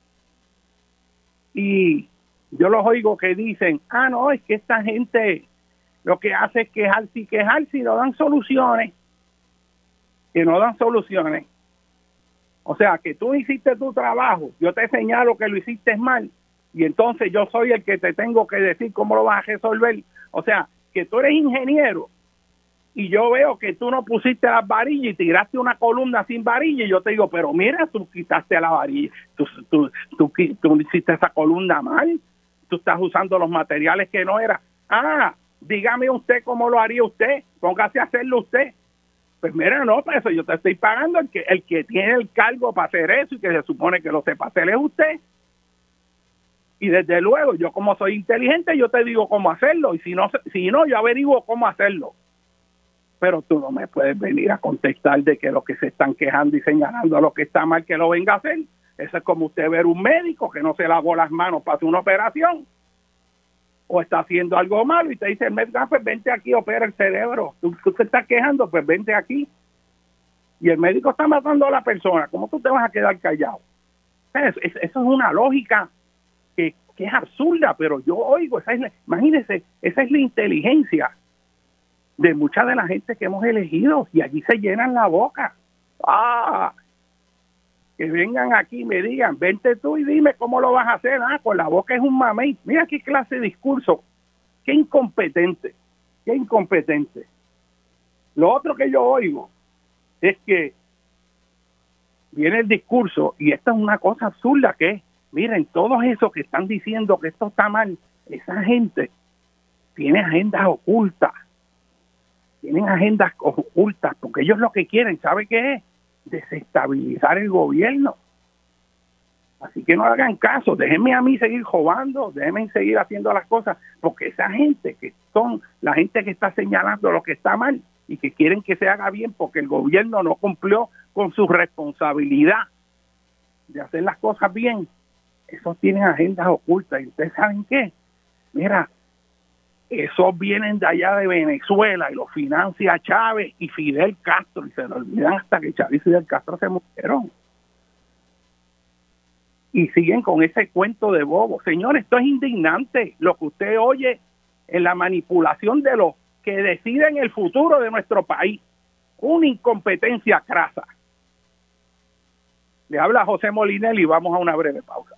Y yo los oigo que dicen, no, es que esta gente lo que hace es quejarse y no dan soluciones. Que no dan soluciones. O sea, que tú hiciste tu trabajo, yo te señalo que lo hiciste mal, y entonces yo soy el que te tengo que decir cómo lo vas a resolver. O sea, que tú eres ingeniero, y yo veo que tú no pusiste las varillas y tiraste una columna sin varilla, y yo te digo, pero mira, tú quitaste la varilla, tú hiciste esa columna mal, tú estás usando los materiales que no eran. Dígame usted cómo lo haría usted, póngase a hacerlo usted. Pues mira, no, para eso yo te estoy pagando, el que tiene el cargo para hacer eso y que se supone que lo sepa hacer es usted. Y desde luego, yo como soy inteligente, yo te digo cómo hacerlo, y si no, yo averiguo cómo hacerlo. Pero tú no me puedes venir a contestar de que los que se están quejando y señalando a lo que está mal, que lo venga a hacer. Eso es como usted ver un médico que no se lavó las manos para hacer una operación, o está haciendo algo malo y te dice el médico, pues vente aquí, opera el cerebro. Tú te estás quejando, pues vente aquí. Y el médico está matando a la persona. ¿Cómo tú te vas a quedar callado? Eso es una lógica que es absurda, pero yo oigo, imagínense, esa es la inteligencia de mucha de la gente que hemos elegido, y allí se llenan la boca. que vengan aquí y me digan, vente tú y dime cómo lo vas a hacer. Con la boca es un mamey. Mira qué clase de discurso. Qué incompetente. Qué incompetente. Lo otro que yo oigo es que viene el discurso, y esta es una cosa absurda, que es, miren, todos esos que están diciendo que esto está mal, esa gente tiene agendas ocultas. Tienen agendas ocultas, porque ellos lo que quieren, ¿sabe qué es? Desestabilizar el gobierno. Así que no hagan caso, déjenme a mí seguir robando, déjenme seguir haciendo las cosas, porque esa gente que son la gente que está señalando lo que está mal y que quieren que se haga bien porque el gobierno no cumplió con su responsabilidad de hacer las cosas bien, esos tienen agendas ocultas. ¿Y ustedes saben qué? Mira, esos vienen de allá de Venezuela y los financia Chávez y Fidel Castro, y se lo olvidan hasta que Chávez y Fidel Castro se murieron. Y siguen con ese cuento de bobo. Señor, esto es indignante lo que usted oye en la manipulación de los que deciden el futuro de nuestro país. Una incompetencia crasa. Le habla José Molinelli y vamos a una breve pausa.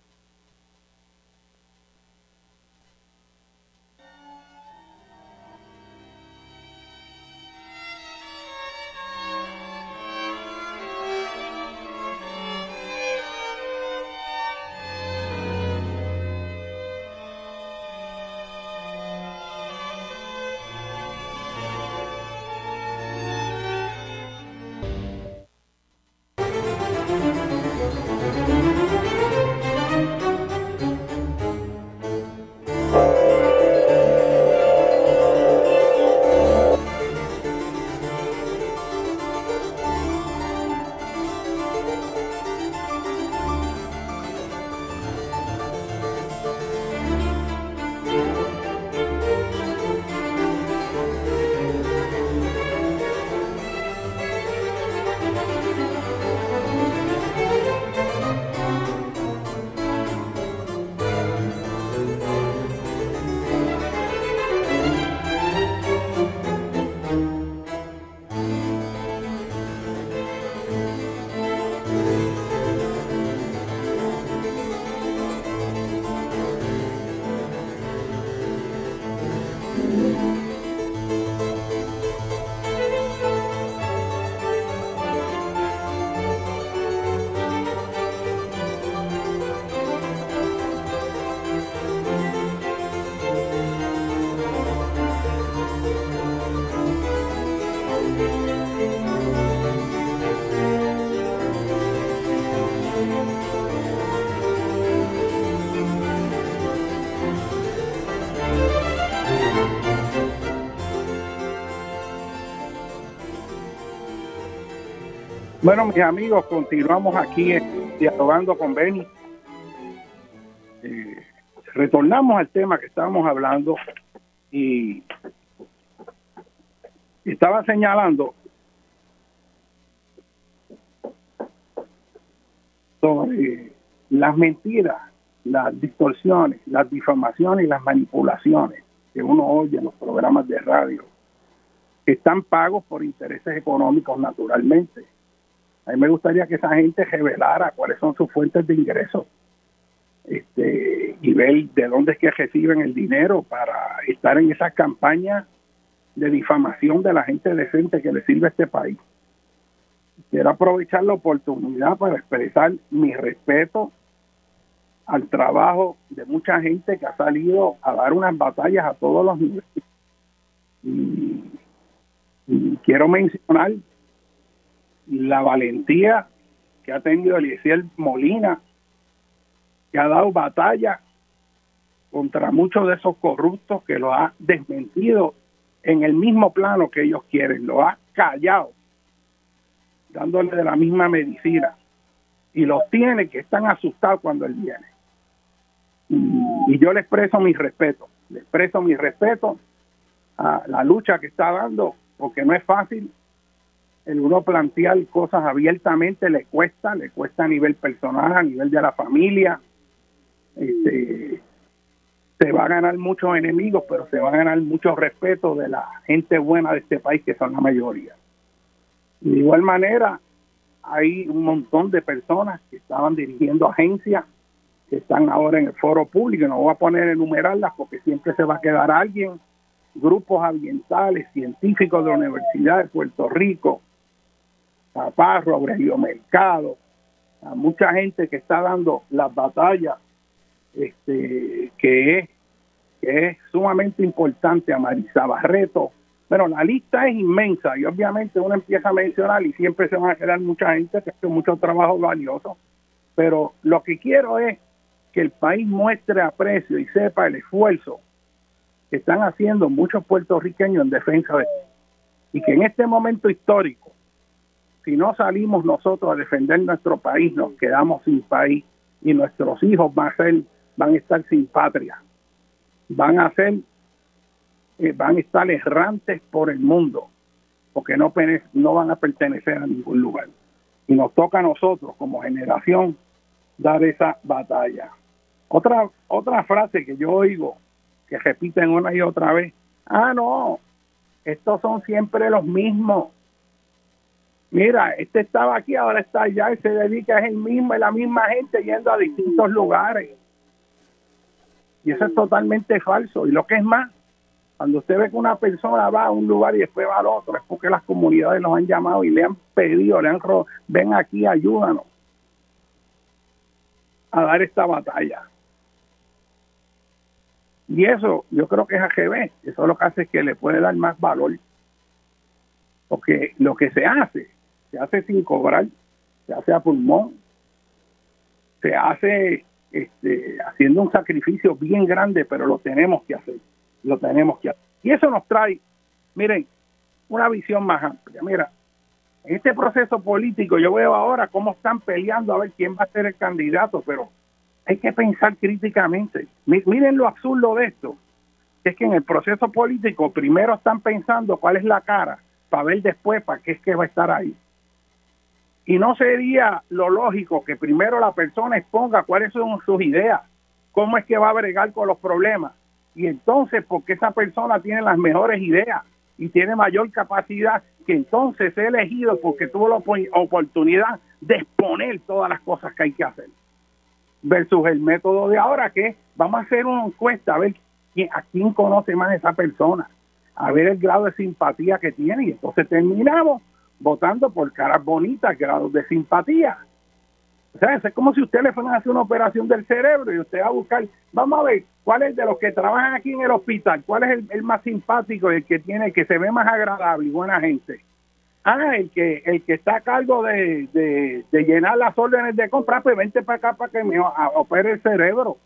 Bueno, mis amigos, continuamos aquí dialogando con Benny. Retornamos al tema que estábamos hablando y estaba señalando sobre las mentiras, las distorsiones, las difamaciones y las manipulaciones que uno oye en los programas de radio, que están pagos por intereses económicos naturalmente. A mí me gustaría que esa gente revelara cuáles son sus fuentes de ingresos, y ver de dónde es que reciben el dinero para estar en esa campaña de difamación de la gente decente que le sirve a este país. Quiero aprovechar la oportunidad para expresar mi respeto al trabajo de mucha gente que ha salido a dar unas batallas a todos los niveles. Y quiero mencionar la valentía que ha tenido Eliezer Molina, que ha dado batalla contra muchos de esos corruptos, que lo ha desmentido en el mismo plano que ellos quieren, lo ha callado, dándole de la misma medicina, y los tiene que están asustados cuando él viene. Y yo le expreso mi respeto a la lucha que está dando, porque no es fácil. El uno plantear cosas abiertamente le cuesta a nivel personal, a nivel de la familia. Se va a ganar muchos enemigos, pero se va a ganar mucho respeto de la gente buena de este país, que son la mayoría. De igual manera, hay un montón de personas que estaban dirigiendo agencias que están ahora en el foro público. No voy a poner a enumerarlas porque siempre se va a quedar alguien. Grupos ambientales, científicos de la Universidad de Puerto Rico, Caparro, Aurelio Mercado, a mucha gente que está dando las batallas, que es sumamente importante, a Marisa Barreto. Pero la lista es inmensa y obviamente uno empieza a mencionar y siempre se van a quedar mucha gente que hace mucho trabajo valioso. Pero lo que quiero es que el país muestre aprecio y sepa el esfuerzo que están haciendo muchos puertorriqueños en defensa de esto. Y que en este momento histórico, si no salimos nosotros a defender nuestro país, nos quedamos sin país y nuestros hijos van a estar sin patria. Van a estar errantes por el mundo porque no van a pertenecer a ningún lugar. Y nos toca a nosotros como generación dar esa batalla. Otra frase que yo oigo que repiten una y otra vez: no, estos son siempre los mismos. Mira, este estaba aquí, ahora está allá y se dedica, es la misma gente yendo a distintos lugares. Y eso es totalmente falso. Y lo que es más, cuando usted ve que una persona va a un lugar y después va al otro, es porque las comunidades los han llamado y le han pedido, ven aquí, ayúdanos a dar esta batalla. Y eso yo creo que es AGB. Eso lo que hace es que le puede dar más valor. Porque lo que se hace sin cobrar, se hace a pulmón, se hace haciendo un sacrificio bien grande, pero lo tenemos que hacer. Y eso nos trae, miren, una visión más amplia. Mira, en este proceso político yo veo ahora cómo están peleando a ver quién va a ser el candidato, pero hay que pensar críticamente. Miren lo absurdo de esto, que es que en el proceso político primero están pensando cuál es la cara, para ver después para qué es que va a estar ahí. Y no sería lo lógico que primero la persona exponga cuáles son sus ideas, cómo es que va a bregar con los problemas, y entonces porque esa persona tiene las mejores ideas y tiene mayor capacidad, que entonces sea elegido porque tuvo la oportunidad de exponer todas las cosas que hay que hacer, versus el método de ahora, que es, vamos a hacer una encuesta a ver a quién conoce más esa persona, a ver el grado de simpatía que tiene, y entonces terminamos votando por caras bonitas, grados de simpatía. O sea, es como si usted le fuera a hacer una operación del cerebro y usted va a buscar, vamos a ver, cuál es de los que trabajan aquí en el hospital, cuál es el más simpático, el que se ve más agradable y buena gente. El que está a cargo de llenar las órdenes de compra, pues vente para acá para que me opere el cerebro.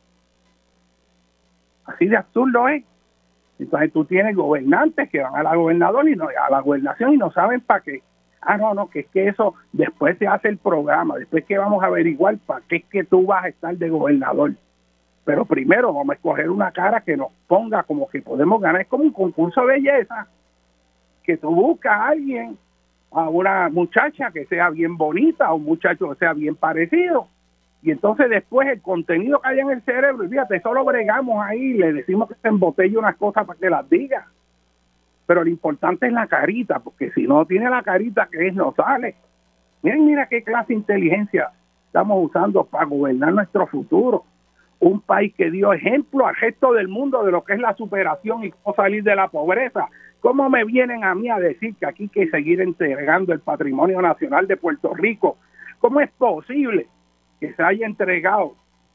Así de absurdo es. Entonces tú tienes gobernantes que van a la gobernación y no saben para qué. Que es que eso después se hace el programa, después que vamos a averiguar para qué es que tú vas a estar de gobernador. Pero primero vamos a escoger una cara que nos ponga como que podemos ganar. Es como un concurso de belleza, que tú buscas a alguien, a una muchacha que sea bien bonita, o un muchacho que sea bien parecido, y entonces después el contenido que haya en el cerebro, y fíjate, eso lo bregamos ahí, le decimos que se embotelle unas cosas para que las diga, pero lo importante es la carita, porque si no tiene la carita que es, no sale. Mira qué clase de inteligencia estamos usando para gobernar nuestro futuro. Un país que dio ejemplo al resto del mundo de lo que es la superación y cómo salir de la pobreza. ¿Cómo me vienen a mí a decir que aquí hay que seguir entregando el patrimonio nacional de Puerto Rico? ¿Cómo es posible que se haya entregado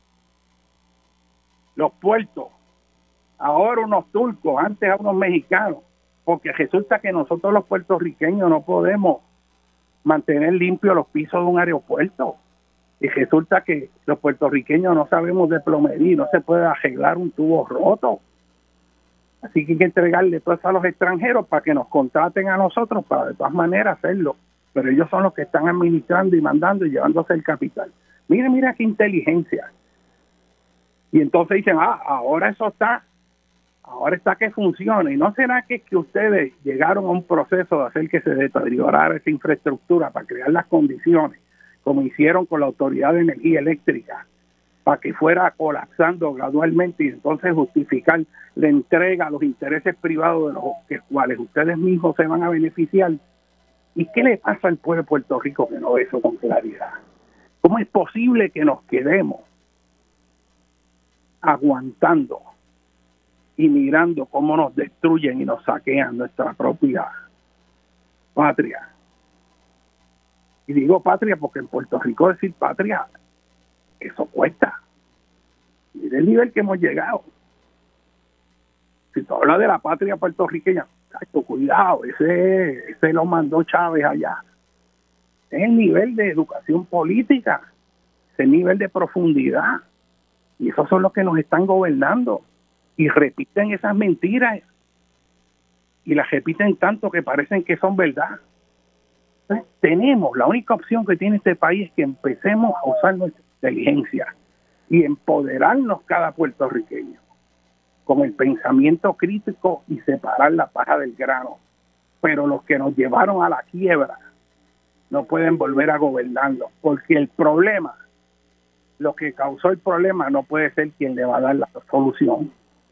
los puertos ahora a unos turcos, antes a unos mexicanos? Porque resulta que nosotros los puertorriqueños no podemos mantener limpios los pisos de un aeropuerto. Y resulta que los puertorriqueños no sabemos de plomería, no se puede arreglar un tubo roto. Así que hay que entregarle todo eso a los extranjeros para que nos contraten a nosotros para de todas maneras hacerlo. Pero ellos son los que están administrando y mandando y llevándose el capital. Mira qué inteligencia. Y entonces dicen, ahora está que funciona. ¿Y no será que ustedes llegaron a un proceso de hacer que se deteriorara esa infraestructura para crear las condiciones, como hicieron con la Autoridad de Energía Eléctrica, para que fuera colapsando gradualmente y entonces justificar la entrega a los intereses privados de los cuales ustedes mismos se van a beneficiar? ¿Y qué le pasa al pueblo de Puerto Rico que no ve eso con claridad? ¿Cómo es posible que nos quedemos aguantando y mirando cómo nos destruyen y nos saquean nuestra propia patria? Y digo patria porque en Puerto Rico decir patria, eso cuesta. Mire el nivel que hemos llegado. Si tú hablas de la patria puertorriqueña, cuidado, ese lo mandó Chávez allá. Es el nivel de educación política, ese nivel de profundidad. Y esos son los que nos están gobernando. Y repiten esas mentiras. Y las repiten tanto que parecen que son verdad. Entonces, la única opción que tiene este país es que empecemos a usar nuestra inteligencia y empoderarnos cada puertorriqueño con el pensamiento crítico y separar la paja del grano. Pero los que nos llevaron a la quiebra no pueden volver a gobernarnos, porque el problema, lo que causó el problema, no puede ser quien le va a dar la solución.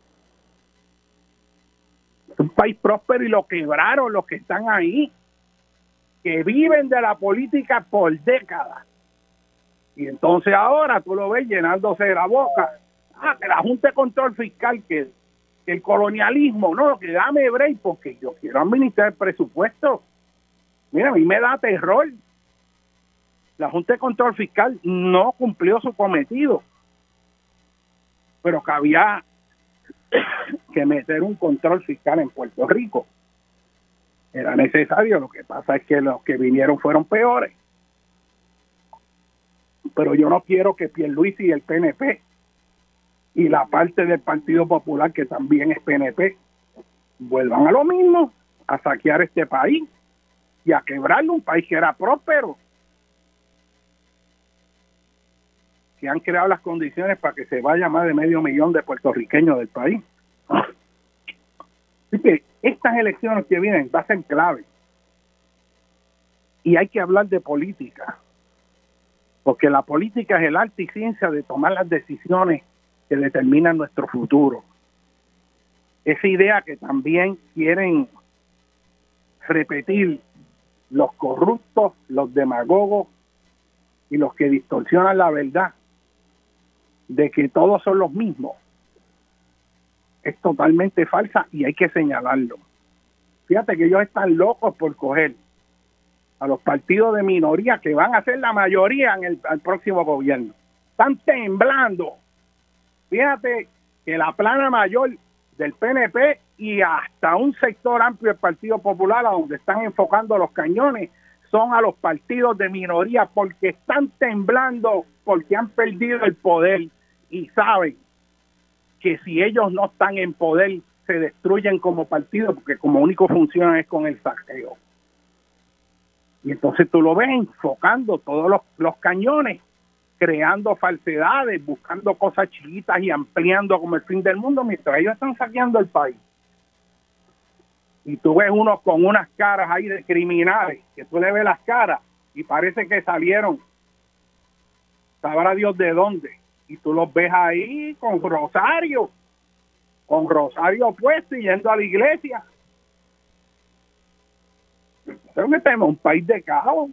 Es un país próspero y lo quebraron los que están ahí, que viven de la política por décadas. Y entonces ahora tú lo ves llenándose de la boca. Que la Junta de Control Fiscal, que el colonialismo, no, que dame break porque yo quiero administrar el presupuesto. Mira, a mí me da terror. La Junta de Control Fiscal no cumplió su cometido, pero que había que meter un control fiscal en Puerto Rico. Era necesario, lo que pasa es que los que vinieron fueron peores. Pero yo no quiero que Pierluisi y el PNP y la parte del Partido Popular, que también es PNP, vuelvan a lo mismo, a saquear este país y a quebrarlo, un país que era próspero, que han creado las condiciones para que se vaya más de 500,000 de puertorriqueños del país. Así que estas elecciones que vienen va a ser clave. Y hay que hablar de política, porque la política es el arte y ciencia de tomar las decisiones que determinan nuestro futuro. Esa idea que también quieren repetir los corruptos, los demagogos y los que distorsionan la verdad, de que todos son los mismos, es totalmente falsa y hay que señalarlo. Fíjate que ellos están locos por coger a los partidos de minoría que van a ser la mayoría en el próximo gobierno. Están temblando. Fíjate que la plana mayor del PNP y hasta un sector amplio del Partido Popular, a donde están enfocando los cañones, son a los partidos de minoría, porque están temblando, porque han perdido el poder y saben que si ellos no están en poder se destruyen como partido, porque como único funcionan es con el saqueo. Y entonces tú lo ves enfocando todos los cañones, creando falsedades, buscando cosas chiquitas y ampliando como el fin del mundo, mientras ellos están saqueando el país. Y tú ves unos con unas caras ahí de criminales, que tú le ves las caras y parece que salieron, sabrá Dios de dónde, y tú los ves ahí con rosario puesto y yendo a la iglesia. Creo que tenemos un país de caos,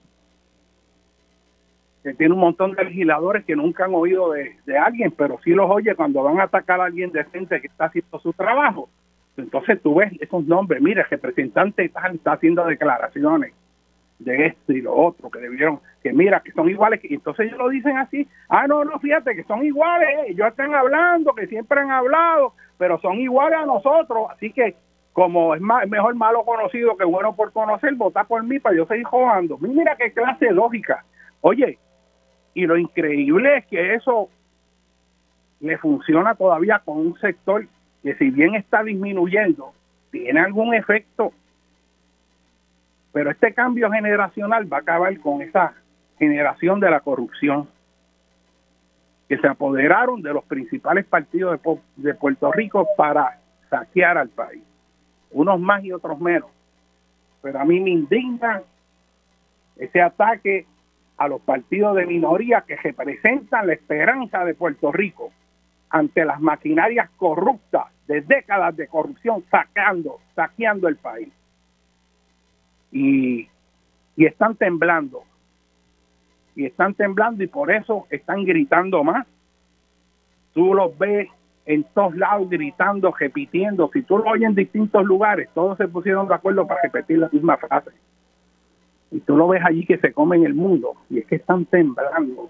que tiene un montón de legisladores que nunca han oído de alguien, pero sí los oye cuando van a atacar a alguien decente que está haciendo su trabajo. Entonces tú ves esos nombres, mira, el representante tal está haciendo declaraciones de esto y lo otro, que debieron, que mira, que son iguales, y entonces ellos lo dicen así, no, fíjate que son iguales, ellos están hablando, que siempre han hablado, pero son iguales a nosotros, así que como es mejor malo conocido que bueno por conocer, vota por mí para yo seguir jugando. Mira qué clase de lógica. Oye, y lo increíble es que eso le funciona todavía con un sector que si bien está disminuyendo, tiene algún efecto, pero este cambio generacional va a acabar con esa generación de la corrupción, que se apoderaron de los principales partidos de Puerto Rico para saquear al país, unos más y otros menos. Pero a mí me indigna ese ataque a los partidos de minoría que representan la esperanza de Puerto Rico ante las maquinarias corruptas de décadas de corrupción, saqueando el país. Y y están temblando. Y están temblando y por eso están gritando más. Tú los ves en todos lados gritando, repitiendo. Si tú lo oyes en distintos lugares, todos se pusieron de acuerdo para repetir la misma frase. Y tú lo ves allí que se comen el mundo. Y es que están temblando.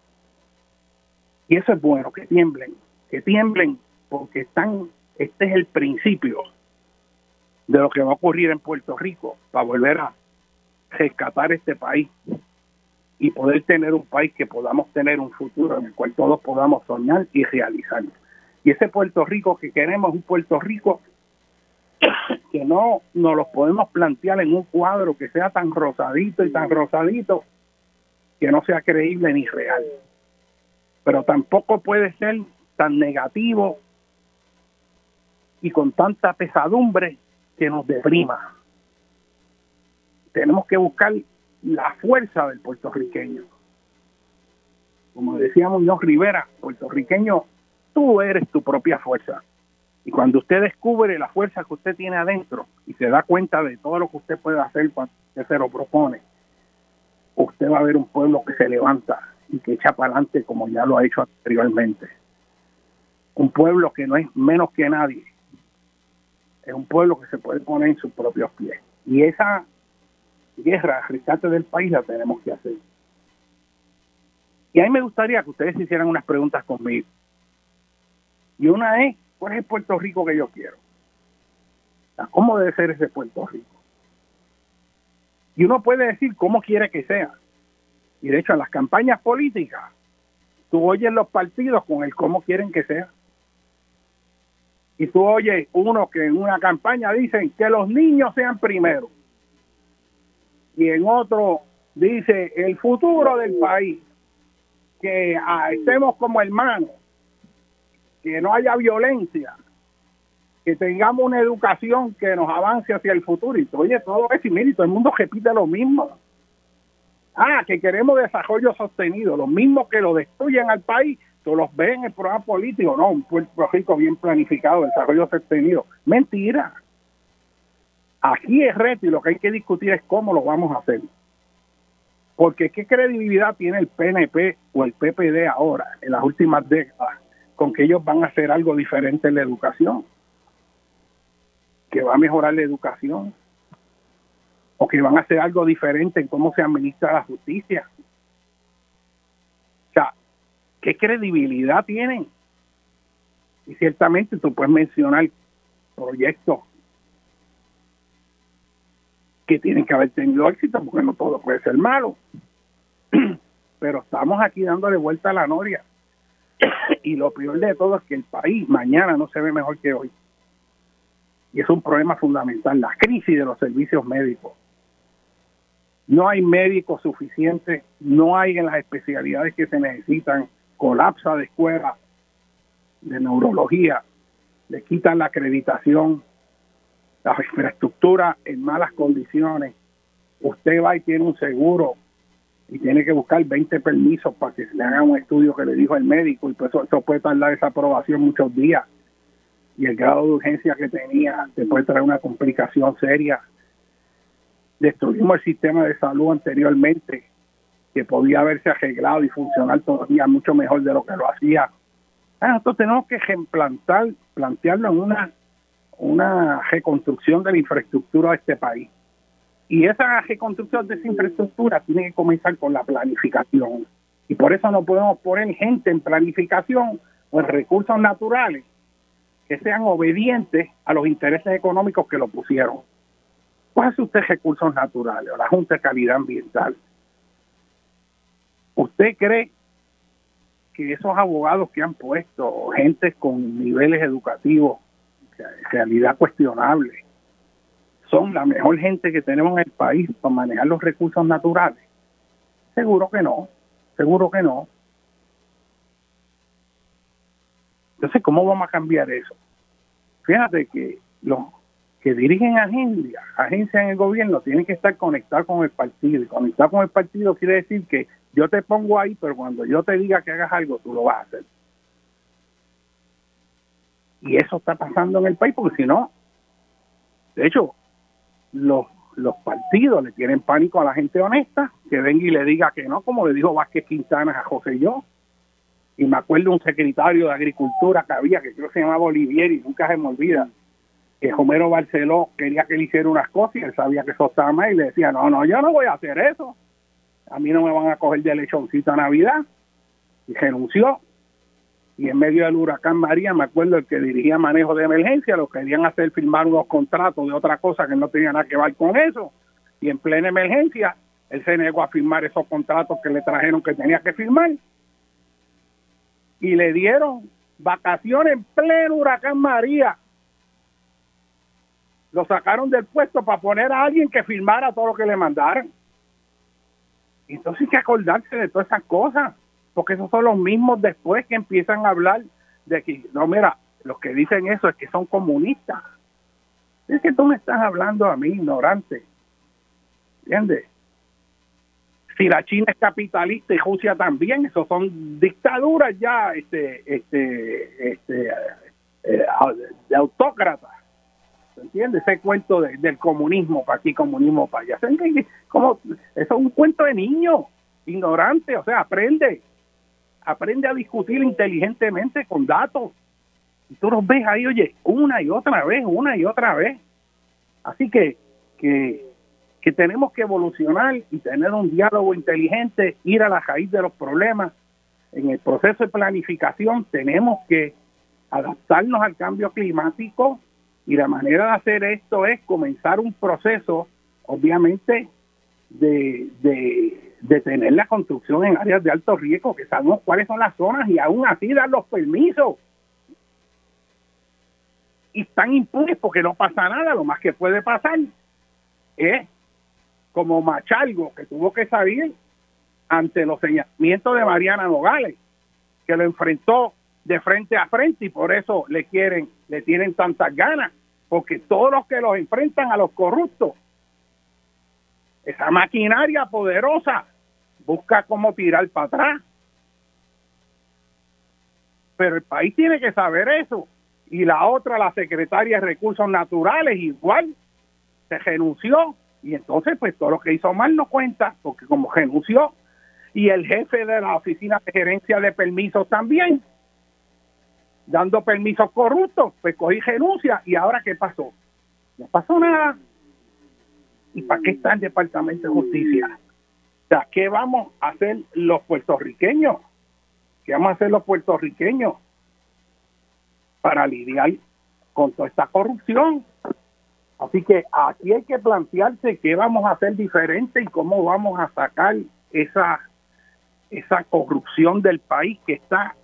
Y eso es bueno, que tiemblen, porque este es el principio de lo que va a ocurrir en Puerto Rico para volver a rescatar este país y poder tener un país que podamos tener un futuro en el cual todos podamos soñar y realizar. Y ese Puerto Rico que queremos es un Puerto Rico que no nos lo podemos plantear en un cuadro que sea tan rosadito y tan rosadito que no sea creíble ni real. Pero tampoco puede ser tan negativo y con tanta pesadumbre que nos deprima. Tenemos que buscar la fuerza del puertorriqueño. Como decía Muñoz Rivera, puertorriqueño, tú eres tu propia fuerza. Y cuando usted descubre la fuerza que usted tiene adentro y se da cuenta de todo lo que usted puede hacer cuando usted se lo propone, usted va a ver un pueblo que se levanta y que echa para adelante como ya lo ha hecho anteriormente. Un pueblo que no es menos que nadie. Es un pueblo que se puede poner en sus propios pies. Y esa guerra, rescate del país, la tenemos que hacer. Y a mí me gustaría que ustedes hicieran unas preguntas conmigo. Y una es, ¿cuál es el Puerto Rico que yo quiero? O sea, ¿cómo debe ser ese Puerto Rico? Y uno puede decir cómo quiere que sea. Y de hecho, en las campañas políticas, tú oyes los partidos con el cómo quieren que sea. Y tú oyes uno que en una campaña dicen que los niños sean primero. Y en otro dice el futuro del país, que estemos como hermanos, que no haya violencia, que tengamos una educación que nos avance hacia el futuro. Y oye, todo eso, y mire, todo el mundo repite lo mismo. Que queremos desarrollo sostenido, los mismos que lo destruyen al país, tú los ves en el programa político, no, un Puerto Rico bien planificado, desarrollo sostenido. Mentira. Aquí es reto y lo que hay que discutir es cómo lo vamos a hacer. Porque ¿qué credibilidad tiene el PNP o el PPD ahora, en las últimas décadas, con que ellos van a hacer algo diferente en la educación? Que va a mejorar la educación. O que van a hacer algo diferente en cómo se administra la justicia. O sea, ¿qué credibilidad tienen? Y ciertamente tú puedes mencionar proyectos que tienen que haber tenido éxito, porque no todo puede ser malo. Pero estamos aquí dándole vuelta a la noria. Y lo peor de todo es que el país mañana no se ve mejor que hoy. Y es un problema fundamental, la crisis de los servicios médicos. No hay médicos suficientes, no hay en las especialidades que se necesitan, colapsa de escuelas de neurología, le quitan la acreditación, la infraestructura en malas condiciones. Usted va y tiene un seguro y tiene que buscar 20 permisos para que se le haga un estudio que le dijo el médico, y pues eso puede tardar esa aprobación muchos días. Y el grado de urgencia que tenía te puede traer una complicación seria. Destruimos el sistema de salud anteriormente, que podía haberse arreglado y funcionar todavía mucho mejor de lo que lo hacía. Nosotros tenemos que plantearlo en una reconstrucción de la infraestructura de este país. Y esa reconstrucción de esa infraestructura tiene que comenzar con la planificación. Y por eso no podemos poner gente en planificación o en recursos naturales que sean obedientes a los intereses económicos que lo pusieron. ¿Cuál es usted recursos naturales o la Junta de Calidad Ambiental? ¿Usted cree que esos abogados que han puesto, gente con niveles educativos, realidad cuestionable, son la mejor gente que tenemos en el país para manejar los recursos naturales? Seguro que no, seguro que no. Entonces, ¿cómo vamos a cambiar eso? Fíjate que los que dirigen agencias en el gobierno tienen que estar conectados con el partido. Y conectar con el partido quiere decir que yo te pongo ahí, pero cuando yo te diga que hagas algo, tú lo vas a hacer. Y eso está pasando en el país, porque si no, de hecho, los los partidos le tienen pánico a la gente honesta, que venga y le diga que no, como le dijo Vázquez Quintana a José Yo. Y me acuerdo un secretario de Agricultura que había, que creo que se llamaba Olivier, y nunca se me olvida, que Homero Barceló quería que le hiciera unas cosas y él sabía que eso estaba mal y le decía, no, yo no voy a hacer eso. A mí no me van a coger de lechoncito a Navidad. Y renunció. Y en medio del huracán María, me acuerdo el que dirigía manejo de emergencia, lo querían hacer firmar unos contratos de otra cosa que no tenía nada que ver con eso. Y en plena emergencia, él se negó a firmar esos contratos que le trajeron que tenía que firmar. Y le dieron vacaciones en pleno huracán María. Lo sacaron del puesto para poner a alguien que firmara todo lo que le mandaron. Entonces hay que acordarse de todas esas cosas, porque esos son los mismos después que empiezan a hablar de que, no, mira, los que dicen eso es que son comunistas. Es que tú me estás hablando a mí, ignorante. ¿Entiendes? Si la China es capitalista y Rusia también, esos son dictaduras ya de autócratas. ¿Entiendes? Ese cuento del comunismo para aquí, comunismo para allá. Como, eso es un cuento de niño, ignorante. O sea, aprende a discutir inteligentemente con datos. Y tú los ves ahí, oye, una y otra vez. Así que tenemos que evolucionar y tener un diálogo inteligente, ir a la raíz de los problemas. En el proceso de planificación tenemos que adaptarnos al cambio climático, y la manera de hacer esto es comenzar un proceso, obviamente, de tener la construcción en áreas de alto riesgo, que sabemos cuáles son las zonas, y aún así dar los permisos. Y están impunes porque no pasa nada. Lo más que puede pasar es como Machalgo, que tuvo que salir ante los señalamientos de Mariana Nogales, que lo enfrentó de frente a frente, y por eso le tienen tantas ganas, porque todos los que los enfrentan a los corruptos, esa maquinaria poderosa busca cómo tirar para atrás. Pero el país tiene que saber eso. Y la otra, la secretaria de Recursos Naturales, igual se renunció, y entonces pues todo lo que hizo mal no cuenta, porque como renunció, y el jefe de la oficina de gerencia de permisos también, dando permisos corruptos, pues cogí renuncia. ¿Y ahora qué pasó? No pasó nada. ¿Y para qué está el Departamento de Justicia? O sea, ¿qué vamos a hacer los puertorriqueños? ¿Qué vamos a hacer los puertorriqueños para lidiar con toda esta corrupción? Así que aquí hay que plantearse qué vamos a hacer diferente y cómo vamos a sacar esa corrupción del país que está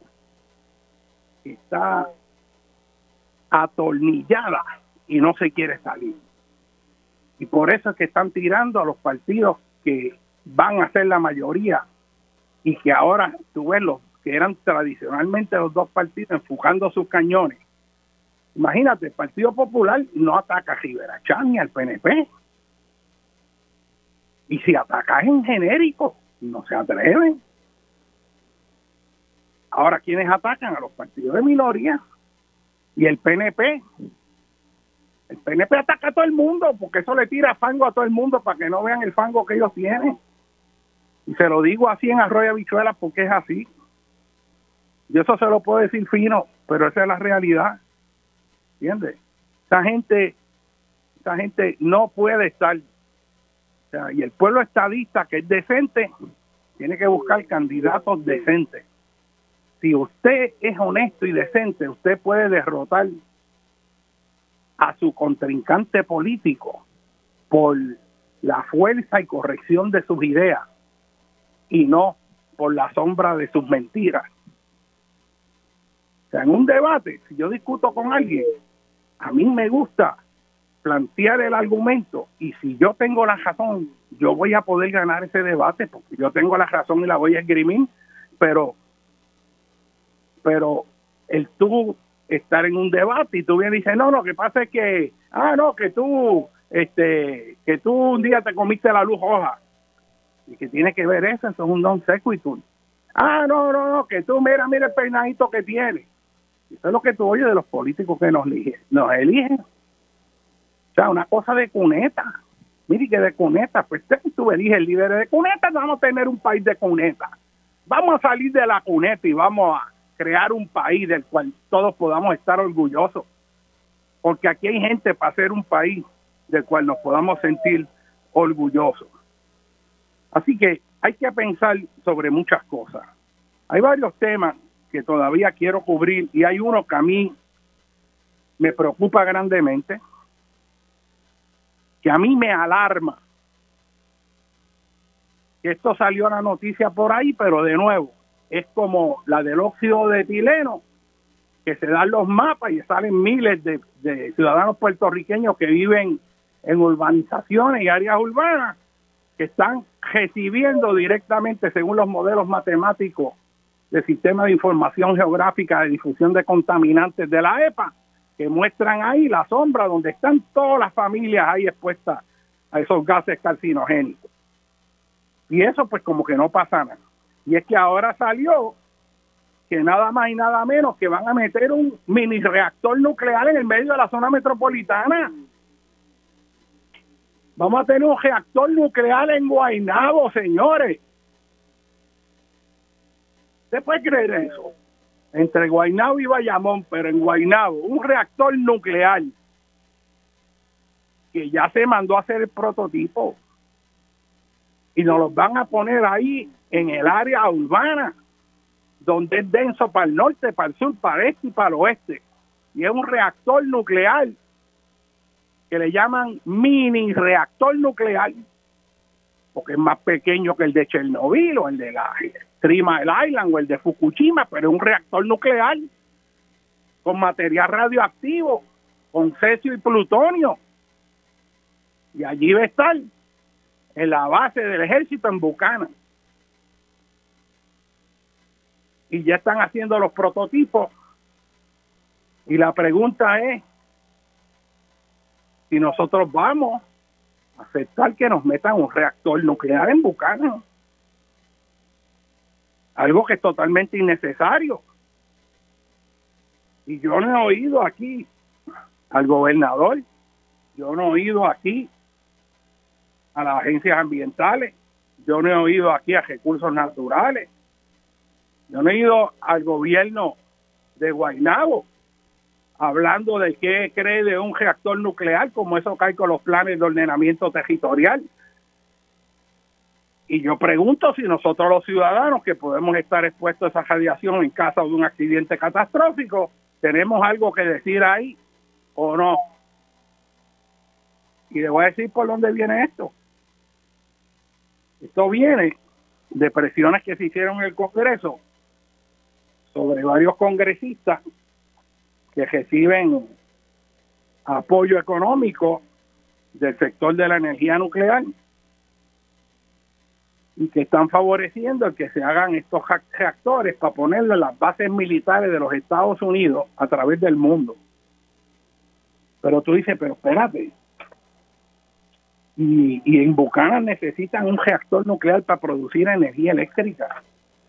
atornillada y no se quiere salir. Y por eso es que están tirando a los partidos que van a ser la mayoría, y que ahora tú ves los que eran tradicionalmente los dos partidos enfocando sus cañones. Imagínate, el Partido Popular no ataca a Rivera Chat ni al PNP. Y si ataca en genérico, no se atreven. Ahora, ¿quiénes atacan? A los partidos de minoría. Y el PNP ataca a todo el mundo, porque eso le tira fango a todo el mundo para que no vean el fango que ellos tienen. Y se lo digo así en Arroyo Habichuelas porque es así. Yo eso se lo puedo decir fino, pero esa es la realidad. ¿Entiendes? Esa gente no puede estar. O sea, y el pueblo estadista, que es decente, tiene que buscar candidatos decentes. Si usted es honesto y decente, usted puede derrotar a su contrincante político por la fuerza y corrección de sus ideas, y no por la sombra de sus mentiras. O sea, en un debate, si yo discuto con alguien, a mí me gusta plantear el argumento, y si yo tengo la razón, yo voy a poder ganar ese debate, porque yo tengo la razón y la voy a esgrimir, pero el tú estar en un debate y tú vienes y dices, no, lo que pasa es que, que tú un día te comiste la luz roja, y que tiene que ver eso es un non sequitur. No, que tú mira el peinadito que tiene. Eso es lo que tú oyes de los políticos que nos eligen. O sea, una cosa de cuneta. Mire que de cuneta, pues tú eliges el líder de cuneta, vamos a tener un país de cuneta. Vamos a salir de la cuneta y vamos a crear un país del cual todos podamos estar orgullosos. Porque aquí hay gente para ser un país del cual nos podamos sentir orgullosos. Así que hay que pensar sobre muchas cosas. Hay varios temas que todavía quiero cubrir y hay uno que a mí me preocupa grandemente, que a mí me alarma. Que esto salió a la noticia por ahí, pero de nuevo, es como la del óxido de etileno, que se dan los mapas y salen miles de ciudadanos puertorriqueños que viven en urbanizaciones y áreas urbanas, que están recibiendo directamente, según los modelos matemáticos del Sistema de Información Geográfica de Difusión de Contaminantes de la EPA, que muestran ahí la sombra donde están todas las familias ahí expuestas a esos gases carcinogénicos. Y eso pues como que no pasa nada. Y es que ahora salió que nada más y nada menos que van a meter un mini reactor nuclear en el medio de la zona metropolitana. Vamos a tener un reactor nuclear en Guaynabo, señores. ¿Usted puede creer eso? Entre Guaynabo y Bayamón, pero en Guaynabo, un reactor nuclear que ya se mandó a hacer el prototipo y nos los van a poner ahí en el área urbana, donde es denso para el norte, para el sur, para el este y para el oeste. Y es un reactor nuclear que le llaman mini reactor nuclear, porque es más pequeño que el de Chernobyl o el de la Three Mile Island o el de Fukushima, pero es un reactor nuclear con material radioactivo, con cesio y plutonio. Y allí va a estar en la base del ejército en Buchanan. Y ya están haciendo los prototipos. Y la pregunta es si nosotros vamos a aceptar que nos metan un reactor nuclear en Buchanan. Algo que es totalmente innecesario. Y yo no he oído aquí al gobernador, yo no he oído aquí a las agencias ambientales, yo no he oído aquí a recursos naturales, yo no he oído al gobierno de Guaynabo hablando de qué cree de un reactor nuclear, como eso cae con los planes de ordenamiento territorial. Y yo pregunto si nosotros los ciudadanos que podemos estar expuestos a esa radiación en caso de un accidente catastrófico, tenemos algo que decir ahí o no. Y le voy a decir por dónde viene esto. Esto viene de presiones que se hicieron en el Congreso sobre varios congresistas que reciben apoyo económico del sector de la energía nuclear y que están favoreciendo el que se hagan estos reactores para ponerlo en las bases militares de los Estados Unidos a través del mundo. Pero tú dices, pero espérate, y en Buchanan necesitan un reactor nuclear para producir energía eléctrica.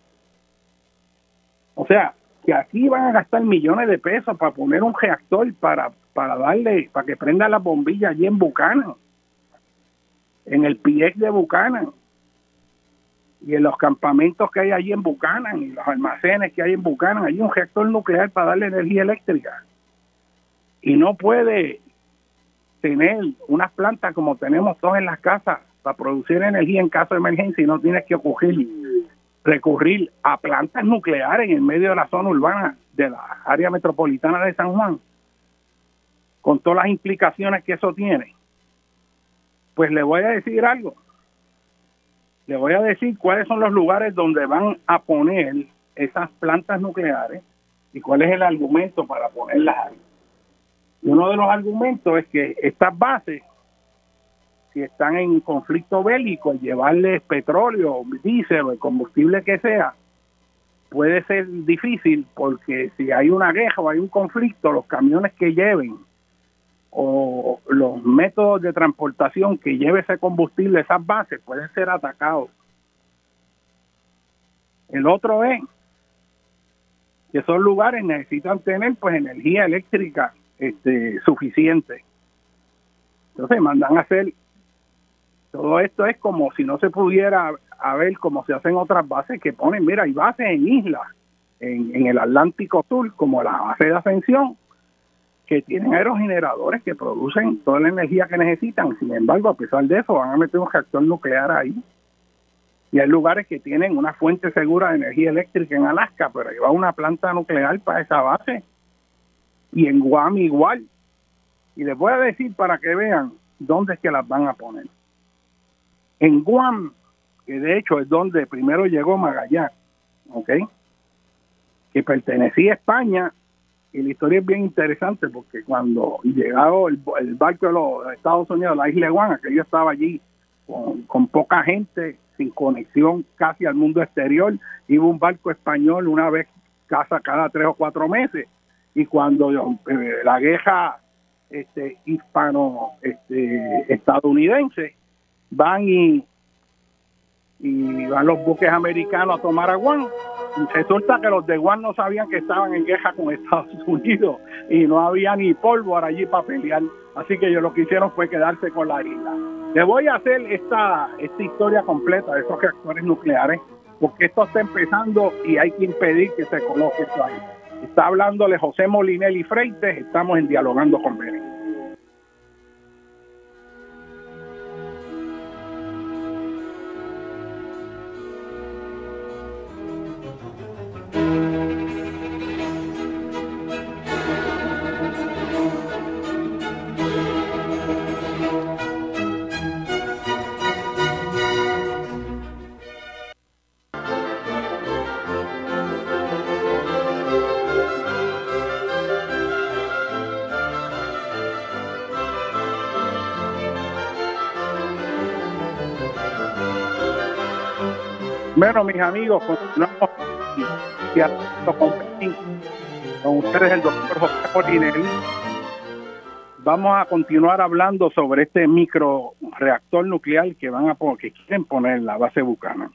O sea, que aquí van a gastar millones de pesos para poner un reactor para que prenda las bombillas allí en Buchanan, en el PIEC de Buchanan, y en los campamentos que hay allí en Buchanan, y los almacenes que hay en Buchanan, hay un reactor nuclear para darle energía eléctrica. Y no puede tener unas plantas como tenemos todos en las casas para producir energía en caso de emergencia y no tienes que recurrir a plantas nucleares en el medio de la zona urbana de la área metropolitana de San Juan, con todas las implicaciones que eso tiene. Pues le voy a decir algo. Le voy a decir cuáles son los lugares donde van a poner esas plantas nucleares y cuál es el argumento para ponerlas ahí. Y uno de los argumentos es que estas bases, si están en conflicto bélico, llevarles petróleo, diésel o el combustible que sea, puede ser difícil porque si hay una guerra o hay un conflicto, los camiones que lleven o los métodos de transportación que lleve ese combustible, esas bases, pueden ser atacados. El otro es que esos lugares necesitan tener pues energía eléctrica suficiente. Entonces mandan a hacer Todo esto es como si no se pudiera a ver cómo se hacen otras bases que ponen, mira, hay bases en islas, en el Atlántico Sur, como la base de Ascensión, que tienen aerogeneradores que producen toda la energía que necesitan. Sin embargo, a pesar de eso, van a meter un reactor nuclear ahí. Y hay lugares que tienen una fuente segura de energía eléctrica en Alaska, pero ahí va una planta nuclear para esa base. Y en Guam igual. Y les voy a decir para que vean dónde es que las van a poner. En Guam, que de hecho es donde primero llegó Magallanes, ¿ok?, que pertenecía a España, y la historia es bien interesante porque cuando llegó el barco de los Estados Unidos a la isla de Guam, que yo estaba allí con poca gente, sin conexión casi al mundo exterior, iba un barco español una vez cada 3 o 4 meses, y cuando la guerra hispano-estadounidense van y van los buques americanos a tomar a Guam. Resulta que los de Guam no sabían que estaban en guerra con Estados Unidos y no había ni pólvora allí para pelear, así que ellos lo que hicieron fue quedarse con la isla. Les voy a hacer esta historia completa de esos reactores nucleares, porque esto está empezando y hay que impedir que se coloque esto ahí. Está hablándole José Molinelli Freites, estamos en Dialogando con Beni. Bueno, mis amigos, continuamos con ustedes el doctor José Molinelli. Vamos a continuar hablando sobre este microreactor nuclear que que quieren poner en la base Buchanan.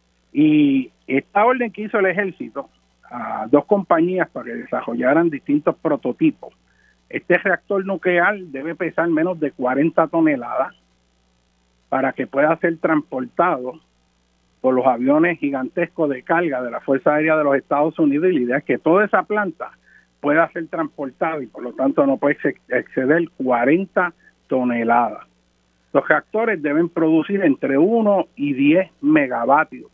Y esta orden que hizo el ejército a 2 compañías para que desarrollaran distintos prototipos. Este reactor nuclear debe pesar menos de 40 toneladas para que pueda ser transportado por los aviones gigantescos de carga de la Fuerza Aérea de los Estados Unidos, y la idea es que toda esa planta pueda ser transportada y por lo tanto no puede exceder 40 toneladas. Los reactores deben producir entre 1 y 10 megavatios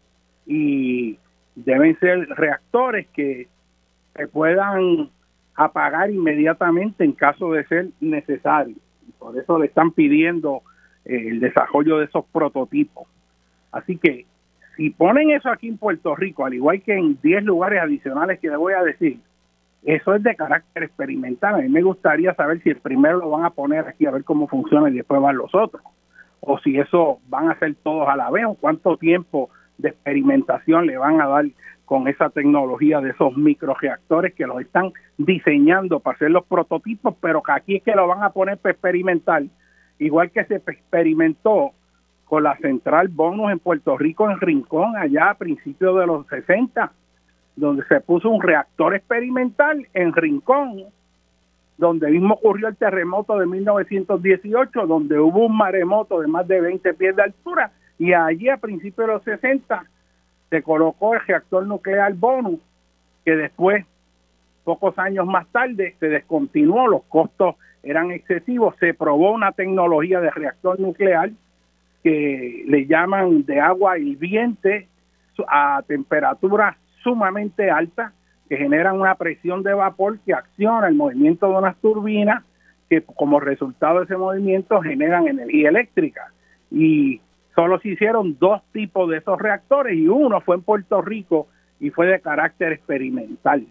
y deben ser reactores que se puedan apagar inmediatamente en caso de ser necesario. Por eso le están pidiendo el desarrollo de esos prototipos. Así que si ponen eso aquí en Puerto Rico, al igual que en 10 lugares adicionales que les voy a decir, eso es de carácter experimental. A mí me gustaría saber si el primero lo van a poner aquí a ver cómo funciona y después van los otros, o si eso van a hacer todos a la vez, o cuánto tiempo de experimentación le van a dar con esa tecnología de esos microreactores que los están diseñando para hacer los prototipos, pero que aquí es que lo van a poner para experimentar, igual que se experimentó con la central Bonus en Puerto Rico, en Rincón, allá a principios de los 60, donde se puso un reactor experimental en Rincón, donde mismo ocurrió el terremoto de 1918, donde hubo un maremoto de más de 20 pies de altura, y allí a principios de los 60 se colocó el reactor nuclear Bonus, que después, pocos años más tarde, se descontinuó, los costos eran excesivos, se probó una tecnología de reactor nuclear que le llaman de agua hirviente a temperaturas sumamente altas, que generan una presión de vapor que acciona el movimiento de unas turbinas que como resultado de ese movimiento generan energía eléctrica. Y solo se hicieron 2 tipos de esos reactores y uno fue en Puerto Rico y fue de carácter experimental.